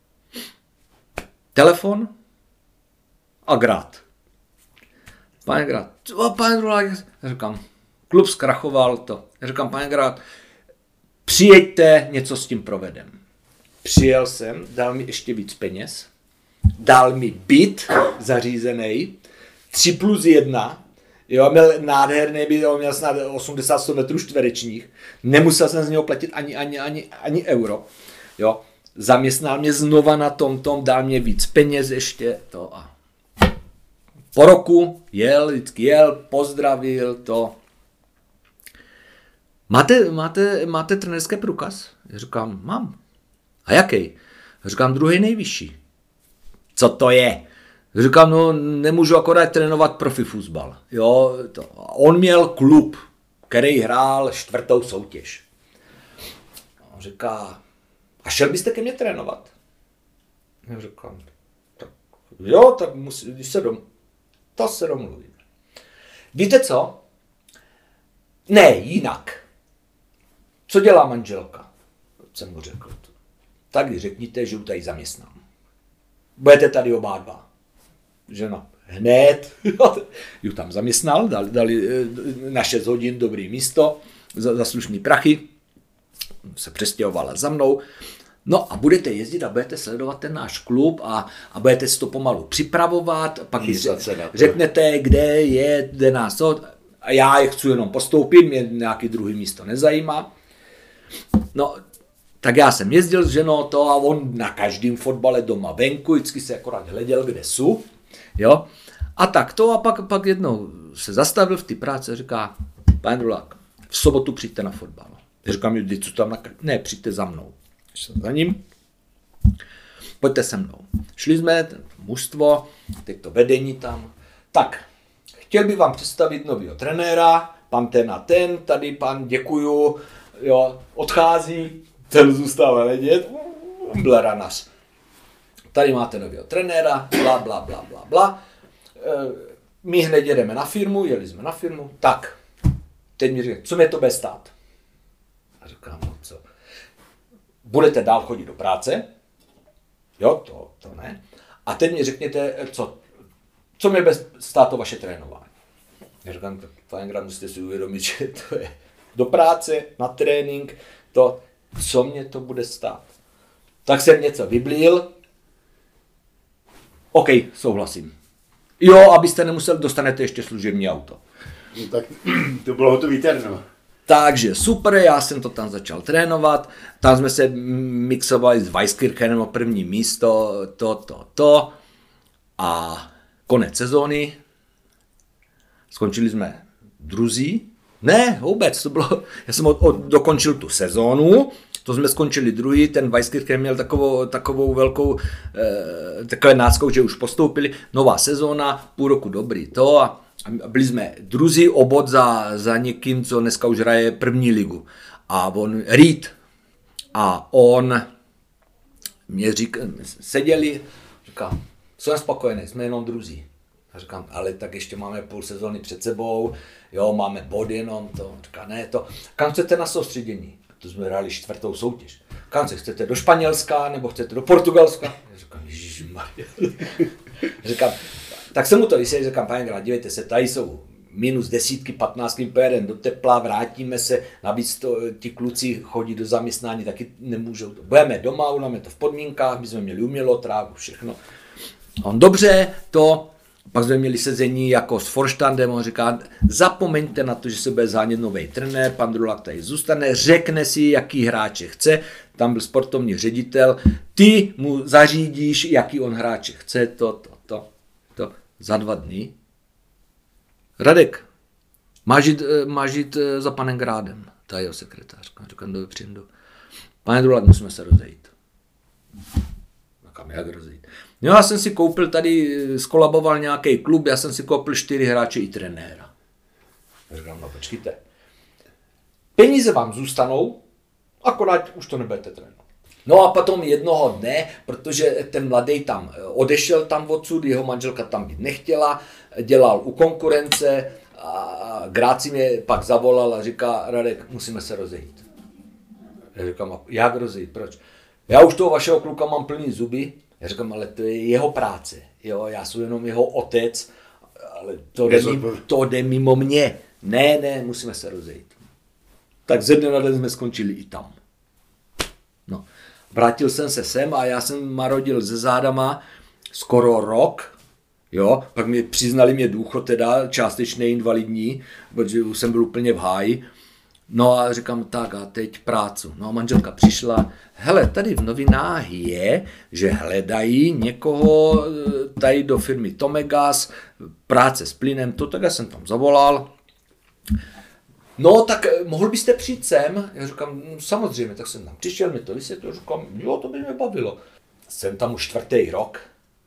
Telefon a grát. Pane Grát, pane Drulák, já říkám, klub zkrachoval to. Já říkám, pane Grát, přijeďte, něco s tím provedem. Přijel jsem, dal mi ještě víc peněz, dal mi byt zařízený, tři plus jedna, jo, měl nádherný byt, měl snad osmdesát sto metrů čtverečních, nemusel jsem z něho platit ani, ani, ani, ani euro, jo, zaměstnal mě znova na tom, tom, dal mě víc peněz ještě, to a po roku jel, vždycky jel, pozdravil, to. Máte, máte, máte trenérský průkaz? Já říkám, mám. A jaký? Já říkám, druhý nejvyšší. Co to je? Já říkám, no nemůžu akorát trénovat profi fotbal. Jo, to. On měl klub, který hrál čtvrtou soutěž. On říká, a šel byste ke mně trénovat? Já říkám, tak jo, tak musí, když se dom... To se domluvíme. Víte co? Ne, jinak. Co dělá manželka? Jsem mu řekl. Tak když řekněte, že ju tady zaměstnám. Budete tady oba dva. Žena, hned. Ju tam zaměstnal, dali, dali na šest hodin dobrý místo, za, za slušný prachy. Se přestěhovala za mnou. No a budete jezdit a budete sledovat ten náš klub a, a budete si to pomalu připravovat. Pak řeknete, kde je, kde nás to. A já je chci jenom postoupit, mě nějaký druhý místo nezajímá. No, tak já jsem jezdil s ženou to a on na každém fotbale doma venku, vždycky se akorát hleděl, kde jsou. Jo? A tak to a pak, pak jednou se zastavil v té práci a říká, pane Drulák, v sobotu přijďte na fotbal. Já říkám, jdi, co tam na... Ne, přijďte za mnou. Šel za ním. Pojďte se mnou. Šli jsme, ten mužstvo, teď to vedení tam. Tak, chtěl bych vám představit nového trenéra, pan ten a ten, tady pan, děkuju, jo, odchází, ten zůstává ledět, bleranas. Tady máte nového trenéra, bla, bla, bla, bla, bla. E, my hned jedeme na firmu, jeli jsme na firmu, tak, teď mi říká, co mě to bude stát? A říkám, no co? Budete dál chodit do práce, jo, to, to ne. A teď mi řekněte, co, co mě bude stát to vaše trénování. Já říkám, pane Grát, musíte si uvědomit, že to je do práce, na trénink, to, co mě to bude stát. Tak jsem něco vyblil, OK, souhlasím. Jo, abyste nemusel, dostanete ještě služební auto. No, tak to bylo hotový terno. Takže super, já jsem to tam začal trénovat, tam jsme se mixovali s Weisskirchenem o první místo, to, to, to a konec sezóny, skončili jsme druzí, ne, vůbec, to bylo, já jsem od, od, dokončil tu sezónu, to jsme skončili druhý, ten Weisskirchen měl takovou, takovou velkou, eh, takové náckou, že už postoupili, nová sezóna, půl roku dobrý to a A byli jsme druzí obod za, za někým, co dneska už hraje první ligu. A on, Reed, a on mě říká, seděli, říká, jsem spokojený, jsme jenom druzí. A říkám, ale tak ještě máme půl sezóny před sebou, jo, máme body jenom, to, říká, ne, to, kam chcete na soustředění? To jsme hráli čtvrtou soutěž. Kam se chcete, do Španělska, nebo chcete do Portugalska? Já říkám, ježišmarja. Říkám, Tak jsem mu to vysvětlil, říkám, pane Grad, dívejte se, tady jsou minus desítky, patnáctky, pojedeme do tepla, vrátíme se, navíc to, ti kluci chodí do zaměstnání, taky nemůžou. Budeme doma, uděláme to v podmínkách, my jsme měli umělou trávu, všechno. On dobře, to, pak jsme měli sezení jako s Forštandem, on říká, zapomeňte na to, že se bude zánět nový trenér, pan Drulák tady zůstane, řekne si, jaký hráče chce, tam byl sportovní ředitel, ty mu zařídíš, jaký on hráče chce, to, to, to, to, za dva dny. Radek, máš jít, máš jít za panem Grádem, ta jeho sekretářka, říkám, dobře, přijdu. Pane Drulák, musíme se rozejít. Kam jak rozejít? No, já jsem si koupil tady, skolaboval nějaký klub, já jsem si koupil čtyři hráče i trenéra. Říkám, no počkejte. Peníze vám zůstanou, akorát už to nebudete trénovat. No a potom jednoho dne, protože ten mladý tam odešel tam odsud, jeho manželka tam být nechtěla, dělal u konkurence a Gráci mě pak zavolal a říká, Radek, musíme se rozejít. Já říkám, jak rozejít, proč? Já už toho vašeho kluka mám plný zuby. Já říkám, ale to je jeho práce. Jo, já jsem jenom jeho otec, ale to jde, mimo, to jde mimo mě. Ne, ne, musíme se rozejít. Tak ze dne na den jsme skončili i tam. No. Vrátil jsem se sem a já jsem marodil ze zádama skoro rok. Jo, pak mi přiznali mě důchod, teda částečně invalidní, protože už jsem byl úplně v háji. No a říkám, tak a teď prácu. No a manželka přišla, hele, tady v novinách je, že hledají někoho tady do firmy Tomegas, práce s plynem, to tak já jsem tam zavolal. No tak mohl byste přijít sem? Já říkám, no, samozřejmě, tak jsem tam přišel, mi to vysvětlil, říkám, jo, to by mě bavilo. Jsem tam už čtvrtý rok,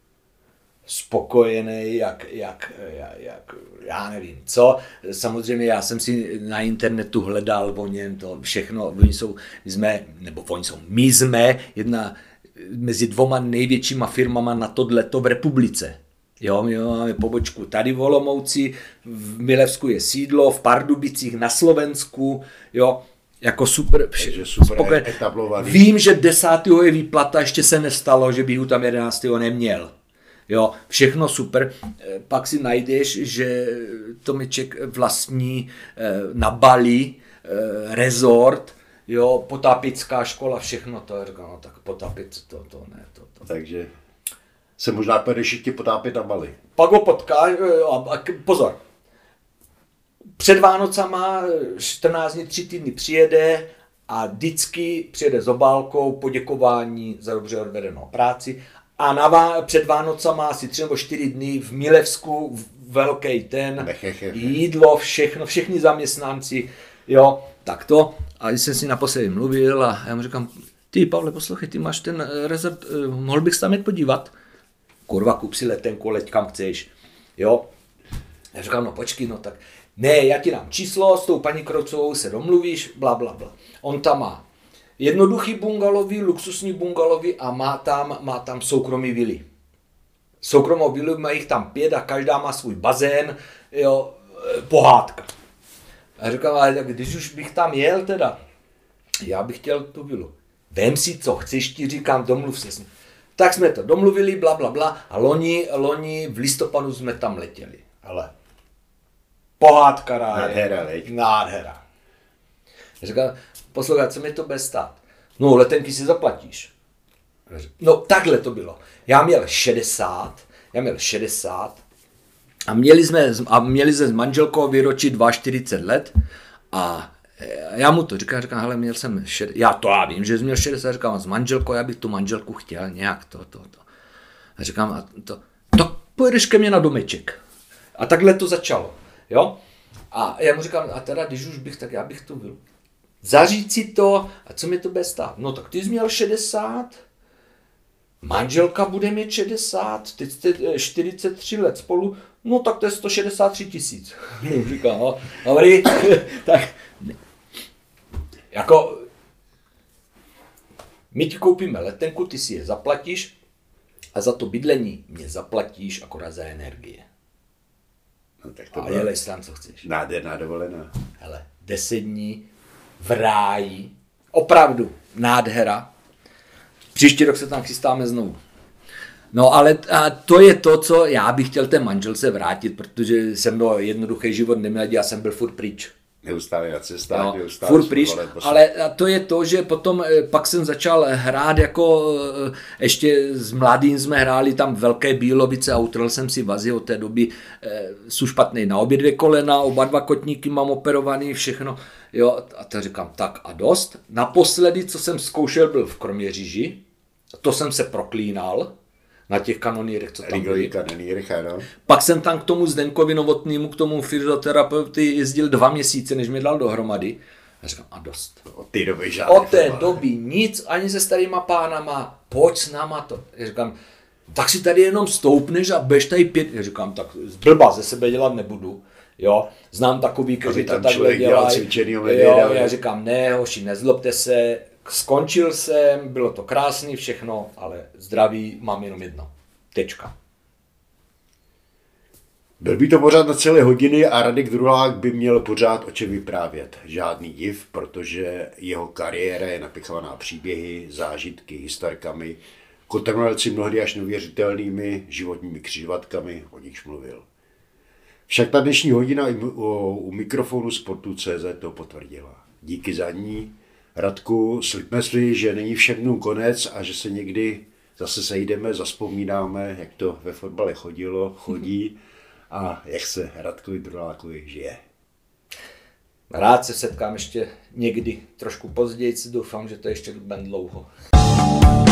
spokojený, jak, jak, jak, jak, já nevím co. Samozřejmě já jsem si na internetu hledal o něm to všechno, oni jsou, my jsme, nebo oni jsou, my jsme jedna mezi dvoma největšíma firmama na tohleto v republice. Jo, my máme pobočku tady v Olomouci, v Milevsku je sídlo, v Pardubicích na Slovensku, jo, jako super, super etablovaný. Vím, že desátého je výplata, ještě se nestalo, že bych ho tam jedenáctého neměl. Jo, všechno super. Pak si najdeš, že Tomeček vlastní na Bali rezort, jo, potápická škola, všechno to. No tak potápit, to, to ne. To, to. Takže se možná pojedeš tě potápět na Bali. Pak ho potkáš, pozor, před Vánocama čtrnáct dní, tři týdny přijede a vždycky přijede s obálkou poděkování za dobře odvedenou práci. A na Vá- před Vánocama asi tři nebo čtyři dny v Milevsku velký ten, jídlo, všechno, všichni zaměstnanci, jo, tak to. A když jsem si naposledy mluvil a já mu říkám, ty Pavle, poslouchej, ty máš ten rezort, mohl bych se tam jít podívat? Kurva, kup si letenku, leď kam chceš, jo. Já říkám, no počkej, no tak, ne, já ti dám číslo, s tou paní Krocovou se domluvíš, bla, bla, bla. On tam má jednoduchý bungalový, luxusní bungalový a má tam, má tam soukromý vily. Soukromou vilu má jich tam pět a každá má svůj bazén, jo, pohádka. A říkám, ale když už bych tam jel teda, já bych chtěl tu vilu. Vem si, co chceš, ti říkám, domluv se s ním. Tak jsme to domluvili, bla, bla, bla a loni, loni v listopadu jsme tam letěli. Ale pohádka ráje. Nádhera, veď. Nádhera. Říkám, poslouchej, co mi to bude stát? No, letenky si zaplatíš. No, takhle to bylo. Já měl šedesát, já měl šedesát a měli jsme, a měli jsme s manželkou výročí čtyřicet dva let a já mu to říkám, říkám, hele, měl jsem šedesát, já to já vím, že jsi měl šedesát, říkám, s manželkou, já bych tu manželku chtěl nějak to, to, to. A říkám, a to, to pojedeš ke mně na domeček. A takhle to začalo, jo. A já mu říkám, a teda, když už bych, tak já bych to byl. Zaříct si to, a co mi to bude stát? No tak ty jsi měl šedesát, manželka bude mít šedesát, teď jste čtyřicet tři let spolu, no tak to je sto šedesát tři tisíc. Říkám, no, dobrý, tak jako my ti koupíme letenku, ty si je zaplatíš a za to bydlení mě zaplatíš akorát za energie. No, tak to a jelej si tam, co chceš. Nádherná dovolená. Hele, deset dní v ráji, opravdu nádhera. Příští rok se tam chystáme znovu. No ale a to je to, co já bych chtěl té manželce vrátit, protože jsem měl jednoduchý život neměl, já jsem byl furt pryč. Neustále na cestách, no, neustále furt pryč, ale to je to, že potom pak jsem začal hrát jako, ještě s mladým jsme hráli tam Velké Bílovice a utrhl jsem si vazy od té doby, jsou špatný na obě dvě kolena, oba dva kotníky mám operovaný, všechno, jo, a to říkám, tak a dost. Naposledy, co jsem zkoušel, byl v Kroměříži, to jsem se proklínal, na těch kanonýrech, co tam byli. Kanonýrech, ano. Pak jsem tam k tomu Zdenkovi Novotnému, k tomu fyzioterapeuty jezdil dva měsíce, než mě dal dohromady. A říkám, a dost. Od té doby žádný. Od té doby nic, ani se starýma pánama, pojď s náma to. Já říkám, tak si tady jenom stoupneš a budeš tady pět. Já říkám, tak blba ze sebe dělat nebudu. Jo, znám takový, kteří to takhle dělají. Jo, já říkám, ne, hoši, nezlobte se, skončil jsem, bylo to krásný všechno, ale zdraví mám jenom jedno. Tečka. Byl by to pořád na celé hodiny a Radek Drulák by měl pořád o čem vyprávět. Žádný div, protože jeho kariéra je napěchovaná příběhy, zážitky, historkami, kotrmelci mnohdy až neuvěřitelnými životními křižovatkami, o nichž mluvil. Však ta dnešní hodina u mikrofonu Sportu tečka cé zet to potvrdila. Díky za ní. Radku, slibme si, že není všem dnům konec a že se někdy zase sejdeme, zazpomínáme, jak to ve fotbale chodilo, chodí a jak se Radkovi Drulákovi žije. Rád se setkám ještě někdy trošku později, doufám, že to ještě bude dlouho.